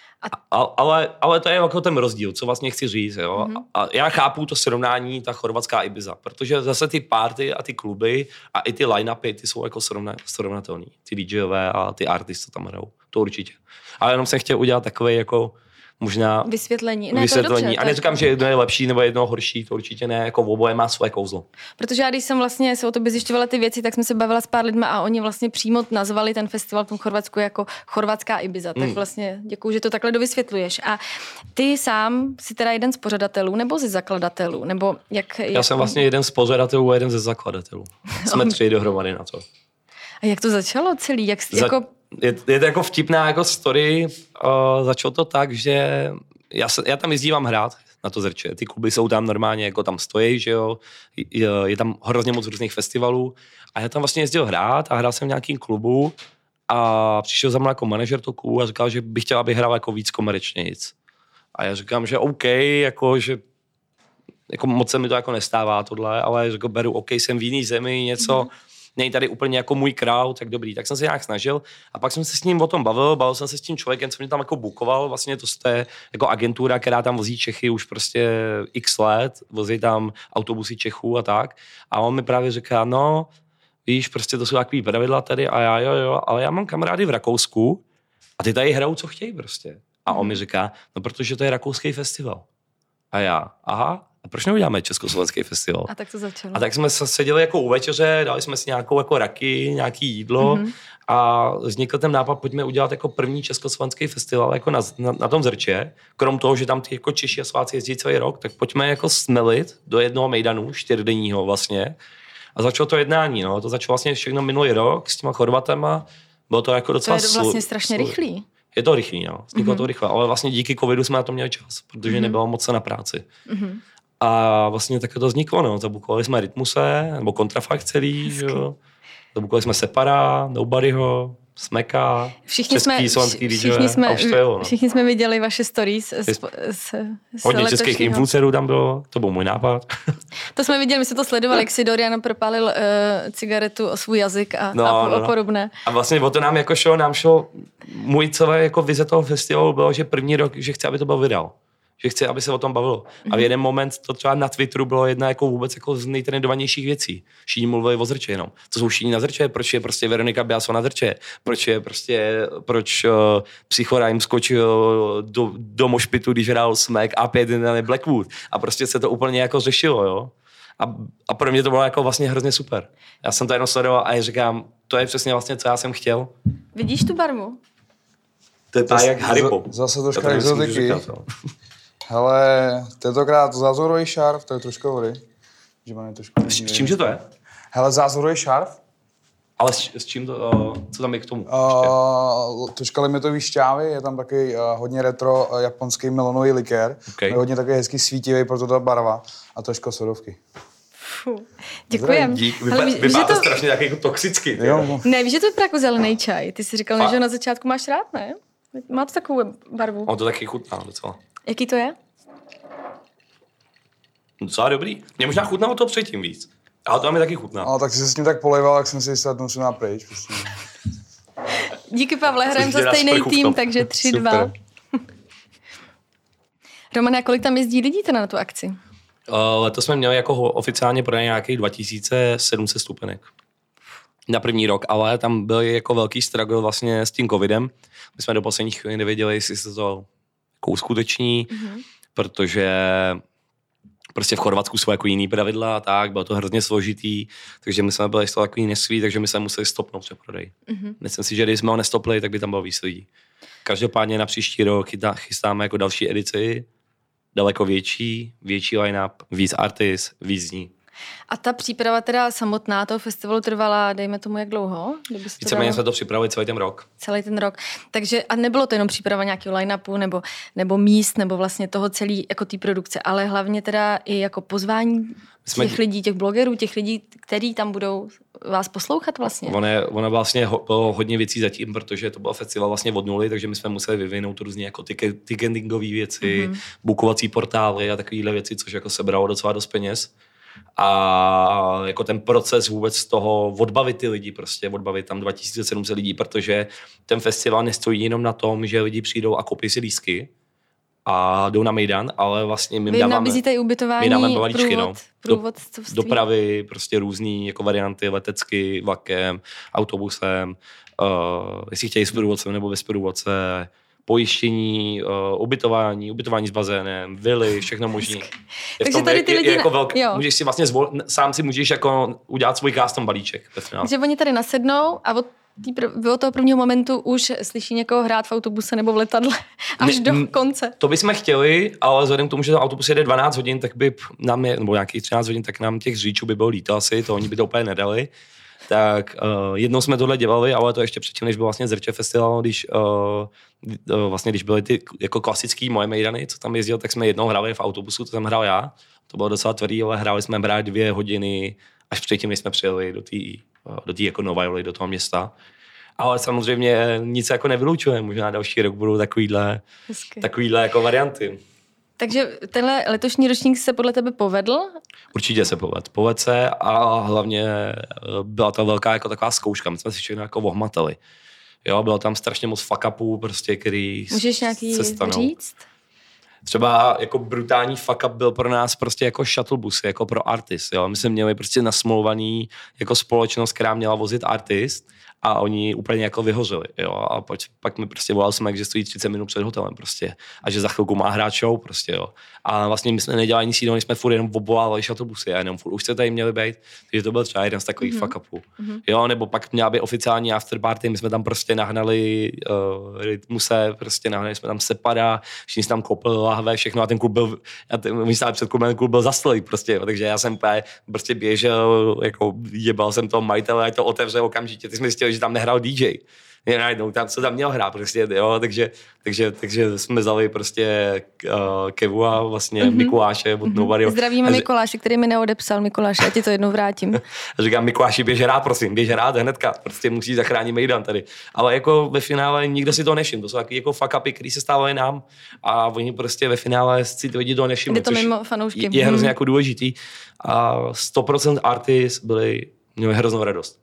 A, ale, ale to je jako ten rozdíl, co vlastně chci říct. Jo? Mm. A já chápu to srovnání, ta chorvatská Ibiza, protože zase ty party a ty kluby a i ty line-upy, ty jsou jako srovna, srovnatelný. Ty DJové a ty artisty tam hrajou. To určitě. Ale jenom jsem chtěl udělat takový jako možná vysvětlení. Ne, vysvětlení. To je dobře, a neříkám, že jedno je lepší nebo jedno horší, to určitě ne, jako oboje má svoje kouzlo. Protože já, když jsem vlastně se o tobě zjišťovala ty věci, tak jsme se bavila s pár lidmi a oni vlastně přímo nazvali ten festival v tom Chorvatsku jako chorvatská Ibiza. Tak mm. vlastně děkuju, že to takhle dovysvětluješ. A ty sám jsi teda jeden z pořadatelů nebo ze zakladatelů? Nebo jak, já jak... jsem vlastně jeden z pořadatelů a jeden ze zakladatelů. Jsme tři dohromady na to. A jak to začalo celý? Jak, Za... jako... Je, je to jako vtipná jako story. Uh, začalo to tak, že já, se, já tam jezdívám hrát na to Zrče. Ty kluby jsou tam normálně, jako tam stojí, že jo. Je, je tam hrozně moc různých festivalů. A já tam vlastně jezdil hrát a hrál jsem v nějakým klubu a přišel za mnou jako manažer toho klubu a říkal, že bych chtěl, aby hrál jako víc komerčnějc. A já říkám, že OK, jako, že jako moc se mi to jako nestává tohle, ale jako beru OK, jsem v jiný zemi, něco... Mm-hmm. Není tady úplně jako můj crowd, tak dobrý. Tak jsem se nějak snažil a pak jsem se s ním o tom bavil, bavil jsem se s tím člověkem, co mě tam jako bukoval, vlastně to je jako agentura, která tam vozí Čechy už prostě x let, vozí tam autobusy Čechů a tak. A on mi právě říká, no, víš, prostě to jsou takový pravidla tady a já jo, jo, ale já mám kamarády v Rakousku a ty tady hrajou, co chtějí prostě. A on mi říká, no protože to je rakouský festival. A já, aha, a proč neuděláme československý festival? A tak to začalo. A tak jsme seděli jako u večeře, dali jsme si nějakou jako raky, nějaký jídlo mm-hmm. a vznikl ten nápad, pojďme udělat jako první československý festival jako na, na, na tom Zrče. Krom toho, že tam ty jako Češi a Slováci jezdí celý rok, tak pojďme jako smelit do jednoho mejdanu, čtyřdenního vlastně. A začalo to jednání, no. To začalo vlastně všechno minulý rok s těma Chorvatama. Bylo to jako docela... To je vlastně slu- strašně slu- rychlý. Je to rychlý, no. Vzniklo mm-hmm. to rychle, ale vlastně díky covidu jsme na to měli čas, protože mm-hmm. nebylo moc na práci. Mm-hmm. A vlastně také to vzniklo, no. Zabukovali jsme Rytmuse, nebo Kontrafakt celý, jo. Zabukovali jsme Separa, Nobodyho, Smeka, všichni český, slovenský všichni, všichni, jsme, Australo, no. všichni jsme viděli vaše stories. S, s, s hodně letošního. Českých influencerů tam bylo, to byl můj nápad. To jsme viděli, my jsme to sledovali, jak si Dorian propálil uh, cigaretu o svůj jazyk a, no, a, no, a podobné. A vlastně o to nám jako šlo, nám šlo, můj celé jako vize toho festivalu bylo, že první rok, že chci, aby to byl vydal. Že chci, aby se o tom bavilo. Mm-hmm. A v jeden moment to třeba na Twitteru bylo jedna jako vůbec jako z nejtrendovanějších věcí. Všichni mluvili o Zrče jenom. To jsou všichni na Zrče, proč je prostě Veronika Biaso na Zrče, proč je prostě, proč uh, Psychorime skočil do, do mošpitu, když hrál Smack a pět na Blackwood. A prostě se to úplně jako řešilo, jo. A, a pro mě to bylo jako vlastně hrozně super. Já jsem to jenom sledoval a já říkám, to je přesně vlastně, co já jsem chtěl. Vidíš tu barvu? To je jak Haribo. Zase troška exotiky. Hele, tentokrát zázorový šarf, to je trošku vody. S čím že to je? Hele, zázorový šarf. Ale s, s čím to, uh, co tam je k tomu? Uh, troška limitový šťávy, je tam taky uh, hodně retro uh, japonský melonový likér. Okay. Je hodně takový hezký svítivý, proto ta barva a troška sodovky. Děkujem. Dík, vypadá, vypadá to, to strašně taky jako toxicky. Ne, víš, že to vypadá jako zelený čaj. Ty jsi říkal, a? že ho na začátku máš rád, ne? Má to takovou barvu. On to taky chutná docela. Jaký to je? Docela dobrý. Mě možná chutnalo to předtím víc. Ale to mi taky chutná. No, tak jsi se s ním tak polejval, tak jsem si jistě musím dát pryč. Prostě. Díky, Pavle, hrajeme za stejný tým, takže tři dva. Romane, a kolik tam jezdí lidí teda na tu akci? Uh, letos jsme měli jako oficiálně prodaný nějakých dva tisíce sedm set stupenek. Na první rok, ale tam byl jako velký struggle vlastně s tím covidem. My jsme do posledních chvíli nevěděli, jestli se to jako uskuteční, mm-hmm. protože prostě v Chorvatsku jsou jako jiný pravidla a tak, bylo to hrozně složitý, takže my jsme byli z toho takový nesví, takže my jsme museli stopnout přeprodej. Mm-hmm. Myslím si, že když jsme ho nestopli, tak by tam bylo víc lidí. Každopádně na příští rok chystáme jako další edici, daleko větší, větší line-up, víc artist, víc dní. A ta příprava teda samotná toho festivalu trvala, dejme tomu, jak dlouho? Víceméně jsme to připravili celý ten rok. Celý ten rok. Takže a nebylo to jenom příprava nějakého line-upu nebo, nebo míst, nebo vlastně toho celý jako té produkce, ale hlavně teda i jako pozvání jsme... těch lidí, těch blogerů, těch lidí, kteří tam budou vás poslouchat vlastně. Ono, je, ono vlastně ho, bylo hodně věcí zatím, protože to byl festival vlastně od nuly, takže my jsme museli vyvinout různě jako ticketingové věci, mm-hmm. bookovací portály a takovéhle věci, což jako sebralo docela dost peněz. A jako ten proces vůbec toho odbavit ty lidi, prostě odbavit tam dva tisíce sedm set lidí, protože ten festival nestojí jenom na tom, že lidi přijdou a koupí si lístky a jdou na Mejdan, ale vlastně my Vy dáváme... nabízíte i ubytování, my dáme balíčky, průvod, no. průvod Do, dopravy, prostě různý jako varianty, letecky, vlakem, autobusem, uh, jestli chtějí s průvodcem nebo bez průvodce, pojištění, uh, ubytování, ubytování s bazénem, vily, všechno možný. Takže tady ty lidi... Je jako velk... Můžeš si vlastně zvol... sám si můžeš jako udělat svůj custom balíček. Takže oni tady nasednou a od, tý, od toho prvního momentu už slyší někoho hrát v autobuse nebo v letadle až ne, do konce. To bychom chtěli, ale vzhledem k tomu, že ten autobus jede dvanáct hodin, tak by nám je, nebo nějakých třináct hodin, tak nám těch řidičů by bylo líto asi, to oni by to úplně nedali. Tak uh, jednou jsme tohle dělali, ale to ještě předtím, než byl vlastně Zrče festival, když uh, uh, vlastně když byly ty jako klasický moje mejdany, co tam jezdil, tak jsme jednou hráli v autobusu, to jsem hrál já. To bylo docela tvrdý, ale hráli jsme právě dvě hodiny až předtím, než jsme přijeli do té uh, do té jako Novajly, do toho města. Ale samozřejmě nic jako nevylučuje, možná další rok budou takovýhle, takovýhle jako varianty. Takže tenhle letošní ročník se podle tebe povedl? Určitě se povedl. Povedl se a hlavně byla to velká jako taková zkouška. My jsme si všechno jako ohmatali. Jo, bylo tam strašně moc fuck upů, prostě, který Můžeš nějaký říct? Třeba jako brutální fuck up byl pro nás prostě jako shuttle bus, jako pro artist. Jo. My jsme měli prostě nasmlouvaný jako společnost, která měla vozit artist a oni úplně jako vyhořeli. Jo. A pak, pak mi prostě volal jsem, že stojí třicet minut před hotelem prostě a že za chvilku má hrát show prostě, jo. A vlastně my jsme nedělali nic jiného, jsme furt jenom obvolávali shuttle busy a jenom furt už se tady měli být, takže to byl třeba jeden z takových mm-hmm. fuck upů. Mm-hmm. Jo, nebo pak měla by oficiální afterparty, my jsme tam prostě nahnali uh, rytmuse, prostě nahnali jsme tam Sepada, všichni jsme tam kopli lahve, všechno a ten klub byl, a ten, my jsme před klubem, ten klub byl zastlý prostě, jo. Takže já jsem prostě běžel, jako jebal jsem toho majitele, ať to otevřel okamžitě, ty jsme zjistili, že tam nehrál dý džej. Je najednou, tam se tam měl hrát prostě, jo, takže, takže, takže jsme vzali prostě uh, Kevu a vlastně mm-hmm. Mikuláše od mm-hmm. Nobody. Zdravíme Mikuláše, který mi neodepsal, Mikuláš, já ti to jednou vrátím. A říkám, Mikuláši, běž hrát, prosím, běž hrát hnedka, prostě musí zachránit Mejdan tady. Ale jako ve finále nikdo si to nevšiml, to jsou takový jako fuck upy, který se stávají nám a oni prostě ve finále si ty lidi to nevšimli, to mimo fanoušky. Je hrozně jako důležitý a sto procent artist byli, měli hroznou radost.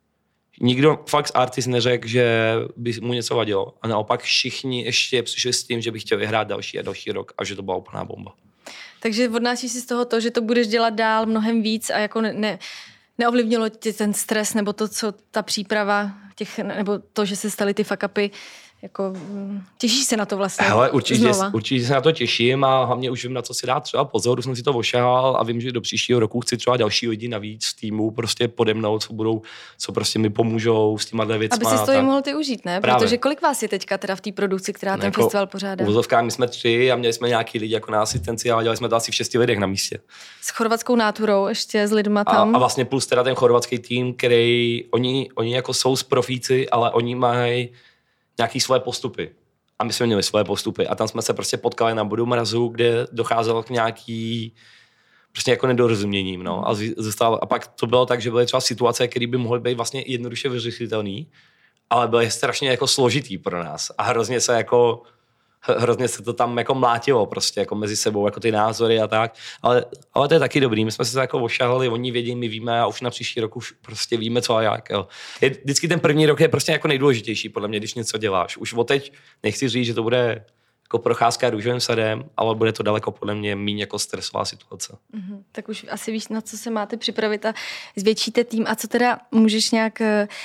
Nikdo fakt z artist neřekl, že by mu něco vadilo. A naopak všichni ještě přišli s tím, že by chtěli vyhrát další a další rok a že to byla úplná bomba. Takže odnášíš si z toho to, že to budeš dělat dál mnohem víc a jako ne, ne, neovlivnilo tě ten stres nebo to, co ta příprava těch, nebo to, že se staly ty fuck upy, jako těšíš se na to vlastně? Hele, určitě, určitě se na to těším a hlavně už vím, na co si dát třeba pozor, už jsem si to ošahal a vím, že do příštího roku chci třeba další lidi navíc v týmu prostě pode mnou, co budou, co prostě mi pomůžou s těma věcma. Aby si to i mohl ty užít, ne? Právě. Protože kolik vás je teďka teda v té produkci, která ten jako festival pořádá? V my jsme tři a měli jsme nějaký lidi jako na asistenci, ale dělali jsme to asi v šesti lidech na místě. S chorvatskou náturou ještě s lidma tam. A, a vlastně plus teda ten chorvatský tým, který oni, oni jako jsou z profíci, ale oni mají nějaký svoje postupy. A my jsme měli svoje postupy. A tam jsme se prostě potkali na bodu mrazu, kde docházelo k nějaký prostě jako nedorozuměním. No. A, zůstalo, a pak to bylo tak, že byly třeba situace, které by mohly být vlastně jednoduše vyřešitelné, ale byly strašně jako složitý pro nás. A hrozně se jako hrozně se to tam jako mlátilo prostě jako mezi sebou, jako ty názory a tak. Ale, ale to je taky dobrý. My jsme se to jako ošahali, oni vědí, my víme a už na příští rok už prostě víme co a jak. Jo. Je, vždycky ten první rok je prostě jako nejdůležitější podle mě, když něco děláš. Už od teď nechci říct, že to bude jako procházka růžovým sadem, ale bude to daleko podle mě méně jako stresová situace. Mm-hmm. Tak už asi víš, na co se máte připravit a zvětšíte tým. A co teda můžeš nějak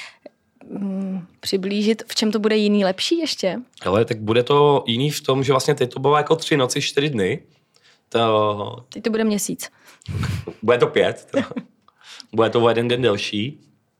Hmm, přiblížit, v čem to bude jiný, lepší ještě? Ale tak bude to jiný v tom, že vlastně teď to bylo jako tři noci, čtyři dny. To... Teď to bude měsíc. Bude to pět. To... bude to o jeden den delší.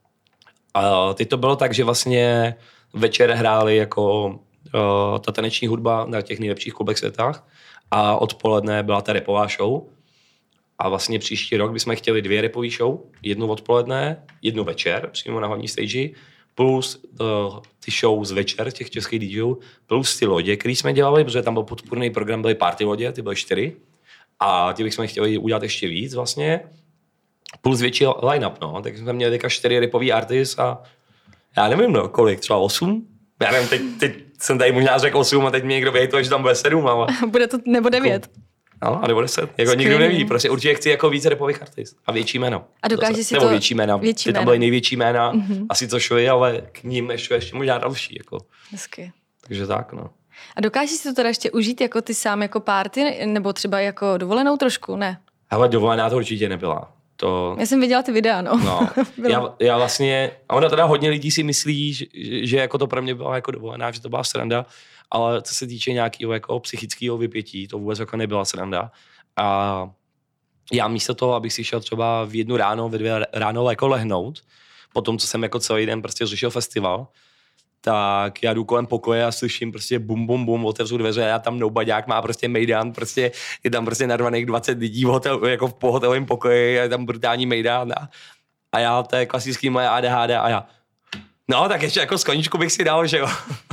A teď to bylo tak, že vlastně večer hráli jako uh, ta taneční hudba na těch nejlepších klubech světách a odpoledne byla ta rapová show. A vlastně příští rok bychom chtěli dvě rapové show, jednu odpoledne, jednu večer, přímo na hlavní stage, plus uh, ty show z večer těch českých DJů, plus ty lodě, které jsme dělali, protože tam byl podpůrný program, byly party lodě, ty byly čtyři. A ty bychom chtěli udělat ještě víc vlastně, plus větší line-up, no. Tak jsme měli teďka čtyři rapový artist a já nevím, no, kolik, třeba osm? Já nevím, teď, teď jsem tady možná řekl osm a teď mi někdo věděl, že tam bude sedm, ale... Bude to nebo devět. No, a nebo deset. Jako nikdo neví, prostě určitě chci jako víc rapových artist a větší jméno. A dokáže si nebo to... větší jména. Větší ty tam byly největší jména, mm-hmm. asi co šly, ale k ním ještě, ještě možná další. Jako. Hezky. Takže tak, no. A dokážeš si to teda ještě užít jako ty sám jako party, nebo třeba jako dovolenou trošku, ne? Ale dovolená to určitě nebyla. To... Já jsem viděla ty videa, no. no. já, já vlastně, a ono teda hodně lidí si myslí, že, že jako to pro mě byla jako dovolená, že to byla sranda, ale co se týče nějakého jako psychického vypětí, to vůbec jako nebyla sranda. A já místo toho, abych si šel třeba v jednu ráno, ve dvě ráno jako lehnout, po tom, co jsem jako celý den prostě řešil festival, tak já jdu kolem pokoje a slyším prostě bum, bum, bum, otevřu dveře a tam noubadák má prostě mejdan, prostě je tam prostě narvaných dvacet lidí v hotel, jako v pohotelovém pokoji, je tam brutální mejdan a, a já, to je klasický moje A D H D a já, no tak ještě jako skleničku bych si dal, že jo.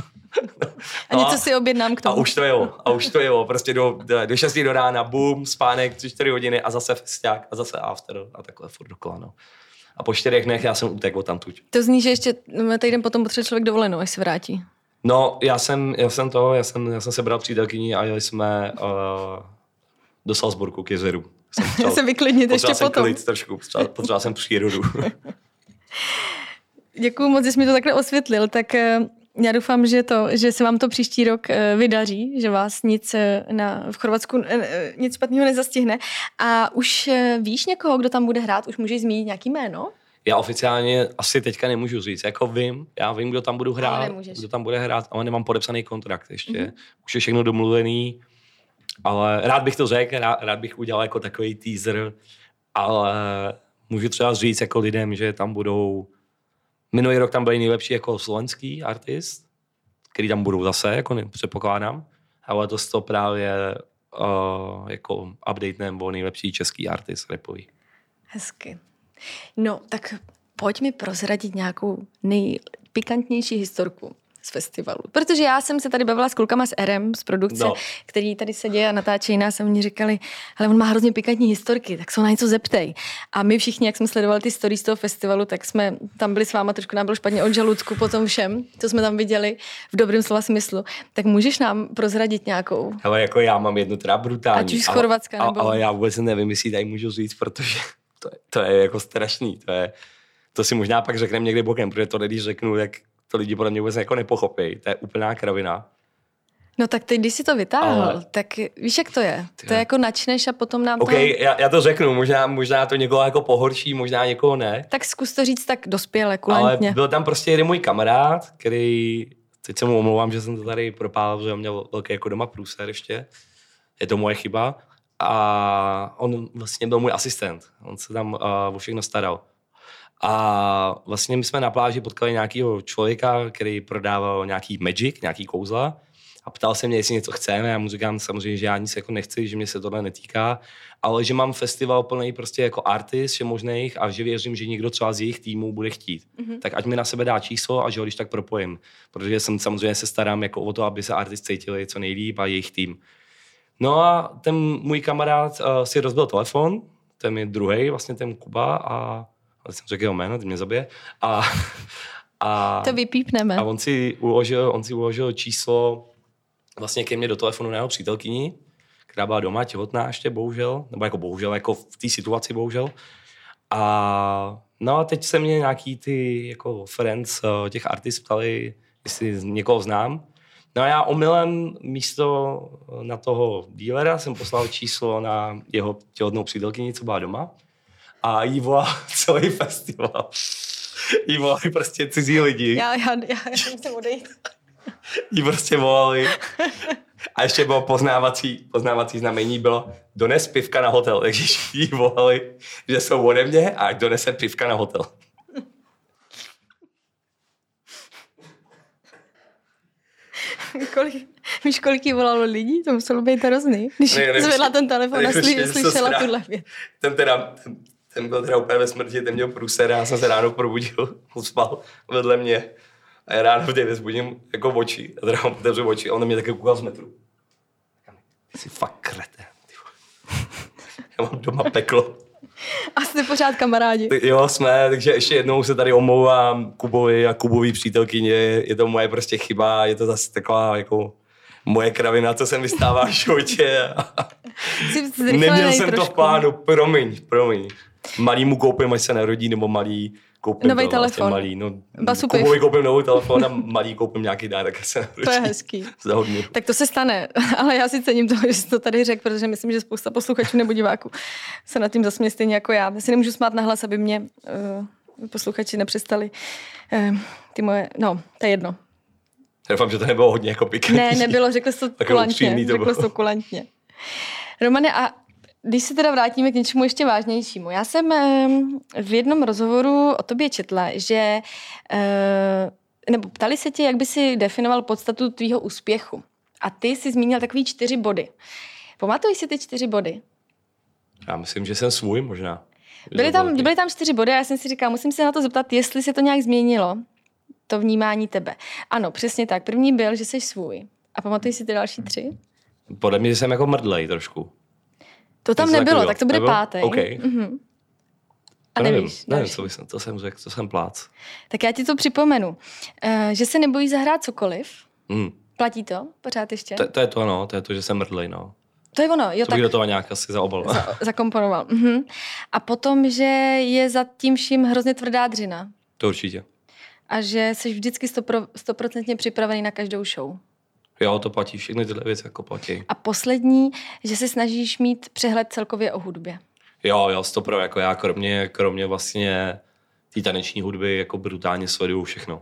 A něco si objednám k tomu. A už to jelo, a už to jelo, prostě do, do šesti do rána, bum, spánek, tři, čtyři hodiny a zase festiák a zase after a takhle furt dokola, no. A po čtyřech dnech já jsem utekl tamtuť. To zní, že ještě týden potom potřebuje člověk dovolenou, až se vrátí. No, já jsem, já jsem to, já jsem, já jsem sebral přítelkyni a jeli jsme uh, do Salzburgu k jezeru. Já se vyklidnit ještě jsem potom. Klid trošku, potřeboval, potřeboval jsem přírodu. Děkuju moc, že jsi mi to takhle osvětlil, tak já doufám, že, to, že se vám to příští rok vydaří, že vás nic na, v Chorvatsku nic špatného nezastihne. A už víš někoho, kdo tam bude hrát? Už můžeš zmínit nějaký jméno? Já oficiálně asi teďka nemůžu říct. Jako vím, já vím, kdo tam budu hrát, kdo tam bude hrát, ale nemám podepsaný kontrakt ještě. Mm-hmm. Už je všechno domluvený, ale rád bych to řekl, rád, rád bych udělal jako takový teaser, ale můžu třeba říct jako lidem, že tam budou. Minulý rok tam byli nejlepší jako slovenský artist, který tam budou zase, jako ne, předpokládám, ale to to právě uh, jako update nebo nejlepší český artist rapový. Hezky. No, tak pojď mi prozradit nějakou nejpikantnější historku z festivalu. Protože já jsem se tady bavila s klukama z Erem, z produkce, no. který tady sedí a natáčejí nás a oni říkali, ale on má hrozně pikantní historky, tak se ho na něco zeptej. A my všichni, jak jsme sledovali ty stories z toho festivalu, tak jsme tam byli s váma, trošku nám bylo špatně od žaludku po tom všem, co jsme tam viděli v dobrém slova smyslu. Tak můžeš nám prozradit nějakou? Ale jako já mám jednu teda brutální. Ať už z Chorvatska ale, nebo... Ale já vůbec nevím, jestli tady můžu říct, protože to je, to je jako strašný. To, je, to si možná pak řekneme někdy bokem, protože to když řeknu, tak to lidi podle mě vůbec jako nepochopí. To je úplná kravina. No tak teď, když jsi to vytáhl, Ale... tak víš, jak to je? To je jako načneš a potom nám to... OK, já, já to řeknu, možná, možná to někoho jako pohorší, možná někoho ne. Tak zkus to říct tak dospěle, kulantně. Ale byl tam prostě jeden můj kamarád, který, teď se mu omlouvám, že jsem to tady propálil, protože on měl velký jako doma průser ještě. Je to moje chyba. A on vlastně byl můj asistent. On se tam uh, o všechno staral. A vlastně my jsme na pláži potkali nějakého člověka, který prodával nějaký magic, nějaký kouzla. A ptal se mě, jestli něco chceme. Já mu říkám samozřejmě, že já nic jako nechci, že mě se tohle netýká, ale že mám festival plný prostě jako artist všemožných a že věřím, že někdo třeba z jejich týmů bude chtít. Mm-hmm. Tak ať mi na sebe dá číslo a že ho když tak propojím. Protože jsem samozřejmě se starám jako o to, aby se artist cítili co nejlíp a jejich tým. No a ten můj kamarád uh, si rozbil telefon, ten je druhej, vlastně ten Kuba a ale jsem řekl jeho jméno, teď mě zabije. A, a, to vypípneme. A on si uložil, on si uložil číslo vlastně ke mně do telefonu na jeho přítelkyni, která byla doma, těhotná ještě, bohužel, nebo jako bohužel, jako v té situaci, bohužel. A no a teď se mě nějaký ty jako friends těch artistů ptali, jestli někoho znám. No a já omylem místo na toho dílera jsem poslal číslo na jeho těhotnou přítelkyni, co byla doma. A jí volal celý festival. Jí volali prostě cizí lidi. Já, já, já, já musím odejít. Jí prostě volali. A ještě bylo poznávací, poznávací znamení, bylo dones pivka na hotel. Takže jí volali, že jsou ode mě a ať donese pivka na hotel. Kolik, víš, kolik jí volalo lidí? To muselo být hrozný. Když ne, zvedla ten telefon a sly, slyšela tuhle věc. Ten teda, ten, ten byl teda úplně ve smrti, ten měl průser a já jsem se ráno probudil, spal vedle mě. A já ráno v devět zbudím jako oči, a teda otevřu oči a on na mě taky koukal z metru. Ty jsi fakt kreten. Já mám doma peklo. A jste pořád kamarádi. Jo, jsme, takže ještě jednou se tady omlouvám Kubovi a Kubový přítelkyně. Je to moje prostě chyba, je to zase taková jako moje kravina, co jsem vystává v životě. Neměl jsem trošku. To v plánu, promiň, promiň. Malý mu koupím, až se narodí, nebo malý koupím nový to, telefon. Vlastně malý, no, Kubovi koupím nový telefon a malý koupím nějaký dárek, tak se narodí. To je hezký. Zahodně. Tak to se stane, ale já si cením toho, že jsi to tady řekl, protože myslím, že spousta posluchačů nebo diváků se nad tím zasměje stejně jako já. Já si nemůžu smát nahlas, aby mě uh, posluchači nepřestali uh, ty moje, no, to je jedno. Doufám, že to nebylo hodně jako pikantní. Ne, nebylo, řekl jsi to kulantně. Řekl jsi to kulantně. Romane, a když se teda vrátíme k něčemu ještě vážnějšímu. Já jsem v jednom rozhovoru o tobě četla, že, nebo ptali se tě, jak by si definoval podstatu tvýho úspěchu. A ty jsi zmínil takový čtyři body. Pamatuješ si ty čtyři body? Já myslím, že jsem svůj možná. Byly tam, byly tam čtyři body a já jsem si říkala, musím se na to zeptat, jestli se to nějak změnilo, to vnímání tebe. Ano, přesně tak. První byl, že jsi svůj. A pamatuješ si ty další tři? Podle mě jsem jako mrdlej trošku. To tam nebylo, takový, tak to bude nebylo? Pátý. Okay. Mm-hmm. A nevím, nevíš. Nevím, co jsem, to jsem řekl, to jsem plác. Tak já ti to připomenu, uh, že se nebojí zahrát cokoliv. Mm. Platí to pořád ještě? To, to je to, no, to je to, že jsem mrdlej, no. To je ono, jo. To bych do toho nějak asi zaobal. Za, zakomponoval. Uh-huh. A potom, že je za tím vším hrozně tvrdá dřina. To určitě. A že jsi vždycky stoprocentně připravený na každou show. Jo, to platí, všechny tyhle věci jako platí. A poslední, že se snažíš mít přehled celkově o hudbě. Jo, jo, stopro, jako já kromě, kromě vlastně té taneční hudby jako brutálně sleduju všechno.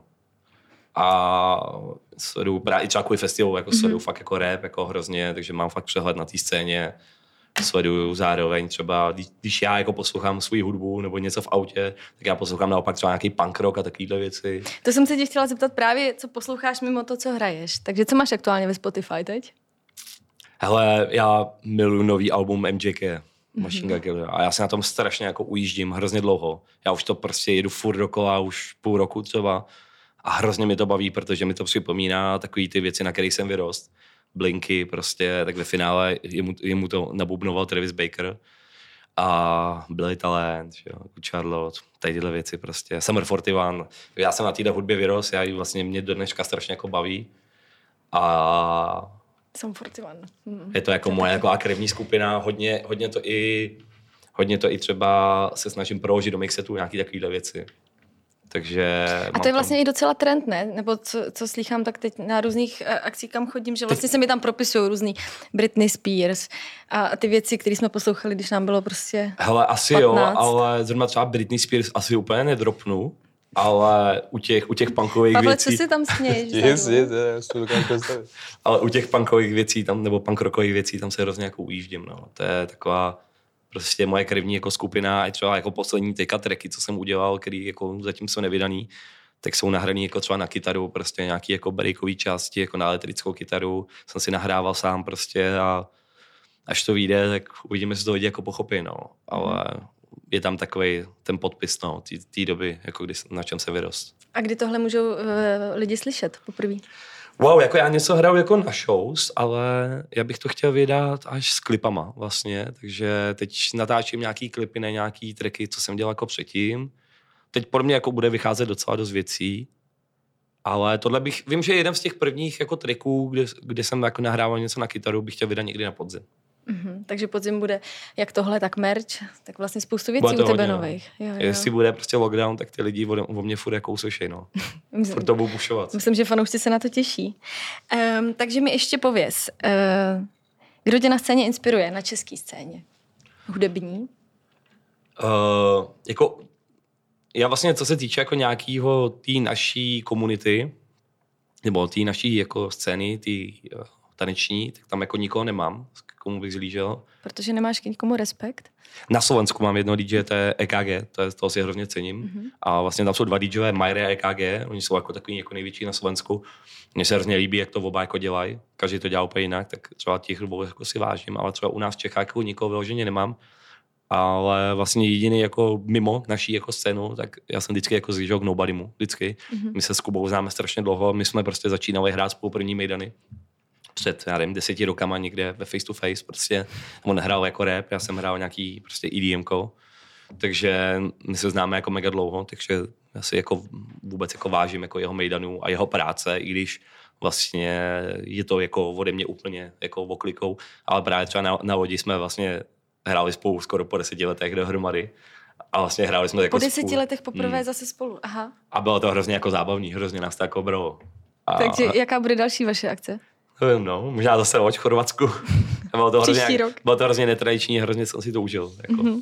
A sleduju právě i třeba kvůli festivalu, jako mm-hmm. sleduju fakt jako rap, jako hrozně, takže mám fakt přehled na té scéně. Sleduju zároveň třeba, když já jako poslouchám svou hudbu nebo něco v autě, tak já poslouchám naopak třeba nějaký punk rock a takovýhle věci. To jsem se tě chtěla zeptat právě, co posloucháš mimo to, co hraješ. Takže co máš aktuálně ve Spotify teď? Hele, já miluji nový album M J K, Machine Gun Kelly, a já se na tom strašně jako ujíždím hrozně dlouho. Já už to prostě jedu furt dokola, už půl roku třeba a hrozně mi to baví, protože mi to připomíná takový ty věci, na kterých jsem vyrost. Blinky prostě, tak ve finále jemu, jemu to nabubnoval Travis Baker a Billy Talent, jo, Charlotte, tady tyhle věci prostě, Summer čtyřicet jedna. Já jsem na téhle hudbě vyrost, já ji vlastně mě do dneška strašně jako baví a Summer čtyřicet jedna. Hmm. Je to jako moje jako krevní skupina, hodně, hodně, to i, hodně to i třeba se snažím proložit do mixetu nějaký takovýhle věci. Takže a to je vlastně tam i docela trend, ne? Nebo co, co slýchám tak teď na různých akcích, kam chodím, že vlastně teď se mi tam propisují různý Britney Spears a ty věci, které jsme poslouchali, když nám bylo prostě hele, asi patnáct. Jo, ale zrovna třeba Britney Spears asi úplně nedropnu, ale u těch, u těch punkových Pavle, věcí... Pavle, co si tam směješ? Yes, yes, yes, to dokážu představit. Ale u těch punkových věcí tam, nebo punkrockových věcí tam se hrozně jako ujíždím, no. To je taková prostě moje krevní jako skupina, a třeba jako poslední teďka tracky, co jsem udělal, který jako zatím jsou nevydaný, tak jsou nahraný jako třeba na kytaru, prostě nějaký jako breakový části, jako na elektrickou kytaru, jsem si nahrával sám prostě a až to vyjde, tak uvidíme, jestli to lidi jako pochopí, no. Ale je tam takový ten podpis, no, té doby, jako kdy, na čem se vyrost. A kdy tohle můžou uh, lidi slyšet poprvé? Wow, jako já něco hraju jako na shows, ale já bych to chtěl vydat až s klipama vlastně, takže teď natáčím nějaký klipy, ne nějaký tracky, co jsem dělal jako předtím. Teď pro mě jako bude vycházet docela dost věcí, ale tohle bych, vím, že jeden z těch prvních jako tracků, kde, kde jsem jako nahrával něco na kytaru, bych chtěl vydat někdy na podzim. Mm-hmm, takže podzim bude jak tohle, tak merch, tak vlastně spoustu věcí u tebe hodně, nových. Jo, jo. Jestli bude prostě lockdown, tak ty lidi o, o mě furt jako uslyšej, no. Furt to budu pušovat. Myslím, že fanoušci se na to těší. Um, takže mi ještě pověz, uh, kdo tě na scéně inspiruje, na české scéně? Hudební? Uh, jako, já vlastně, co se týče jako nějakého té naší komunity, nebo té naší jako scény, té uh, taneční, tak tam jako nikoho nemám, komu bych zlížel. Protože nemáš k nikomu respekt? Na Slovensku mám jedno dý džej, to je E K G, to je, toho si hrozně cením. Mm-hmm. A vlastně tam jsou dva DJové, Majre a E K G, oni jsou jako takový jako největší na Slovensku. Mně se hrozně líbí, jak to oba jako dělají, každý to dělá úplně jinak, tak třeba těch dvou jako si vážím, ale třeba u nás v Čechách jako nikoho vyloženě nemám. Ale vlastně jediný jako mimo naší jako scénu, tak já jsem vždycky jako zjížděl k Nobodymu, vždycky. Mm-hmm. My se s Kubou známe strašně dlouho, my jsme prostě začínali hrát spolu první mejdany. Před, já nevím, deseti rokama někde ve face to face, prostě. On hrál jako rap, já jsem hrál nějaký prostě E D M ko, takže my se známe jako mega dlouho, takže já si jako vůbec jako vážím jako jeho mejdanů a jeho práce, i když vlastně je to jako ode mě úplně jako oklikou, ale právě třeba na, na lodi jsme vlastně hráli spolu skoro po deseti letech dohromady. A vlastně hráli jsme jako po deseti spolu. letech poprvé hmm. zase spolu, aha. A bylo to hrozně jako zábavný, hrozně nás to jako bralo. A... Takže jaká bude další vaše akce? Nevím, no, možná zase loď v Chorvatsku. Bylo to hrozně, rok. Bylo to hrozně netradiční, hrozně jsem si to užil. Jako. Mm-hmm.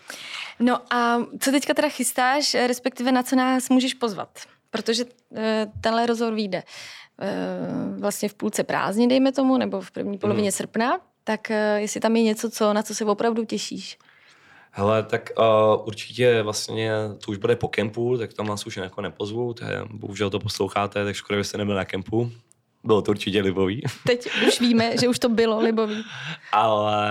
No a co teďka teda chystáš, respektive na co nás můžeš pozvat? Protože e, tenhle rozhovor vyjde e, vlastně v půlce prázdnin, dejme tomu, nebo v první polovině mm. srpna, tak e, jestli tam je něco, co, na co se opravdu těšíš? Hele, tak uh, určitě vlastně to už bude po kempu, tak tam vás už jako nepozvu, to je, bohužel to posloucháte, tak škoda, že jste nebyl na kempu. Bylo to určitě libový. Teď už víme, že už to bylo libový. Ale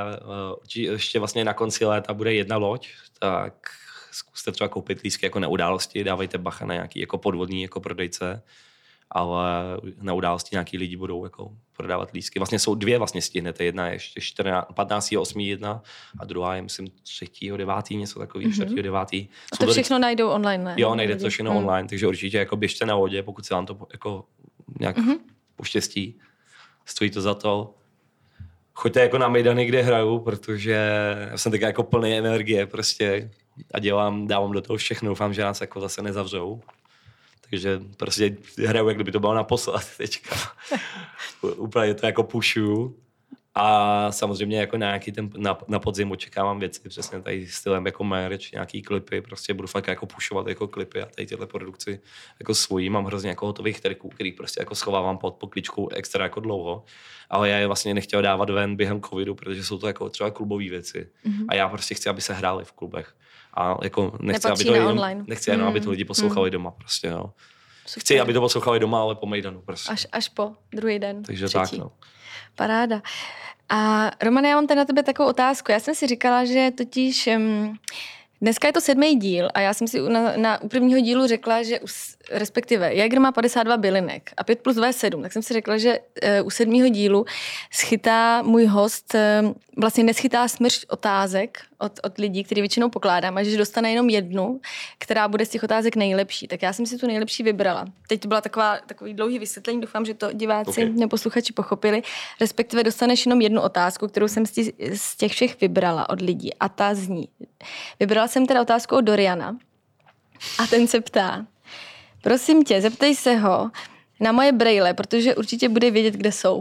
uh, ještě vlastně na konci léta bude jedna loď, tak zkuste třeba koupit lístky jako na události, dávejte bacha na nějaký jako podvodní jako prodejce, ale na události nějaký lidi budou jako prodávat lístky. Vlastně jsou dvě vlastně stihnete, jedna je ještě patnáctého osmého jedna a druhá je myslím třetího devátého něco takového, čtvrtého devátého A to všechno to... najdou online, ne? Jo, najde to všechno hmm. online, takže určitě jako běžte na lodě, pokud se vám to jako nějak mm-hmm. poštěstí, stojí to za to. Choďte jako na mejdany, kde hraju, protože já jsem tak jako plný energie prostě a dělám, dávám do toho všechno, doufám, že nás jako zase nezavřou. Takže prostě hraju, jak kdyby to bylo naposled teďka. Úplně to jako pushuju. A samozřejmě jako na nějaký ten, na, na podzim očekávám věci, přesně tady stylem jako merch, nějaký klipy, prostě budu fakt jako pushovat jako klipy a tady tyhle produkci jako svojí. Mám hrozně jako hotových triků, který prostě jako schovávám pod pokličkou extra jako dlouho, ale já je vlastně nechtěl dávat ven během covidu, protože jsou to jako třeba klubové věci. Mm-hmm. A já prostě chci, aby se hráli v klubech. A jako nechci, aby to, jenom, nechci jenom, mm. aby to lidi poslouchali mm. doma prostě, no. Super. Chci, aby to poslouchali doma, ale po mejdanu prostě. Až, až po druhý den, takže třetí. Tak, no. Paráda. A Romane, já mám tady na tebe takovou otázku. Já jsem si říkala, že totiž um, dneska je to sedmý díl a já jsem si na, na u prvního dílu řekla, že u, respektive Jäger má padesát dva bylinek a pět plus dva je sedm, tak jsem si řekla, že uh, u sedmého dílu schytá můj host, uh, vlastně neschytá smršť otázek od, od lidí, který většinou pokládám, a že dostane jenom jednu, která bude z těch otázek nejlepší. Tak já jsem si tu nejlepší vybrala. Teď to byla taková, takový dlouhý vysvětlení, doufám, že to diváci okay. nebo posluchači pochopili. Respektive dostaneš jenom jednu otázku, kterou jsem z těch všech vybrala od lidí a ta zní. Vybrala jsem teda otázku od Doriana A ten se ptá, prosím tě, zeptej se ho na moje brejle, protože určitě bude vědět, kde jsou.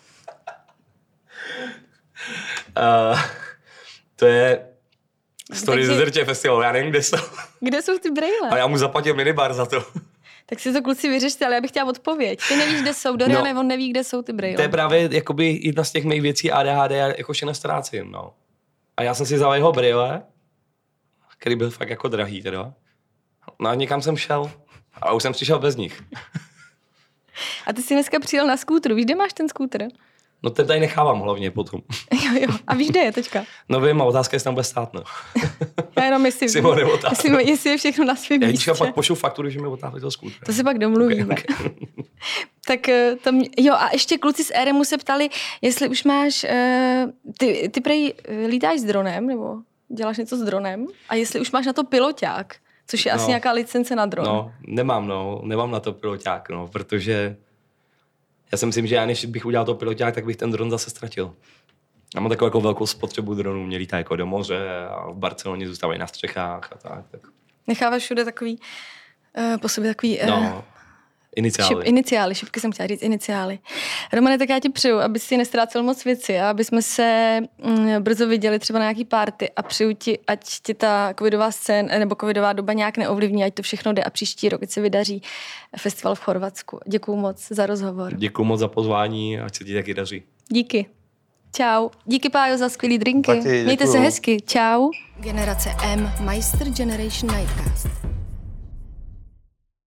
Uh, to je Story ze Zrtě festival, já nevím, kde jsou. Kde jsou ty brejle? Ale já mu zaplatil minibar za to. Tak si to kluci vyřešte, ale já bych chtěla odpověď. Ty nevíš, kde jsou, Doriane, no, on neví, kde jsou ty brejle. To je právě jakoby jedna z těch mých věcí A D H D, jakože nestrácím, no. A já jsem si vzal jeho brýle, který byl fakt jako drahý teda. No a někam jsem šel a už jsem přišel bez nich. A ty jsi dneska přijel na skútru, víš, kde máš ten skútr? No ten tady nechávám hlavně potom. Jo, jo. A víš, kde je teďka? No vím, a otázka, jestli tam bude stát, no. Já jenom jestli, jestli, jestli je všechno na svém místě. Já pak pošlu fakturu, že mi otáhli toho skútra. To si pak domluvíme. Okay, okay. Tak to mě, jo, a ještě kluci z Eremu se ptali, jestli už máš, uh, ty, ty prej lítáš s dronem, nebo děláš něco s dronem, a jestli už máš na to piloťák, což je no, asi nějaká licence na dron. No, nemám, no, nemám na to piloťák, no, protože já si myslím, že já než bych udělal to piloťák, tak bych ten dron zase ztratil. Já mám takovou jako velkou spotřebu dronů, mě lítá jako do moře a v Barceloně zůstávají na střechách a tak. tak. Necháváš všude takový, uh, po sobě takový... Uh, no, iniciály. Šip, iniciály, šipky jsem chtěla říct, iniciály. Romane, tak já ti přeju, aby si nestrácel moc věci a aby jsme se mm, brzo viděli třeba na nějaký party a přeju ti, ať ti ta covidová scéna nebo covidová doba nějak neovlivní, ať to všechno jde a příští rok, ať se vydaří festival v Chorvatsku. Děkuju moc za rozhovor. Děkuju moc za pozvání, ať se ti taky daří. Díky. Čau. Díky, Pájo, za skvělý drinky. Taky, mějte se hezky. Čau. Generace M, Meister Generation Nightcast.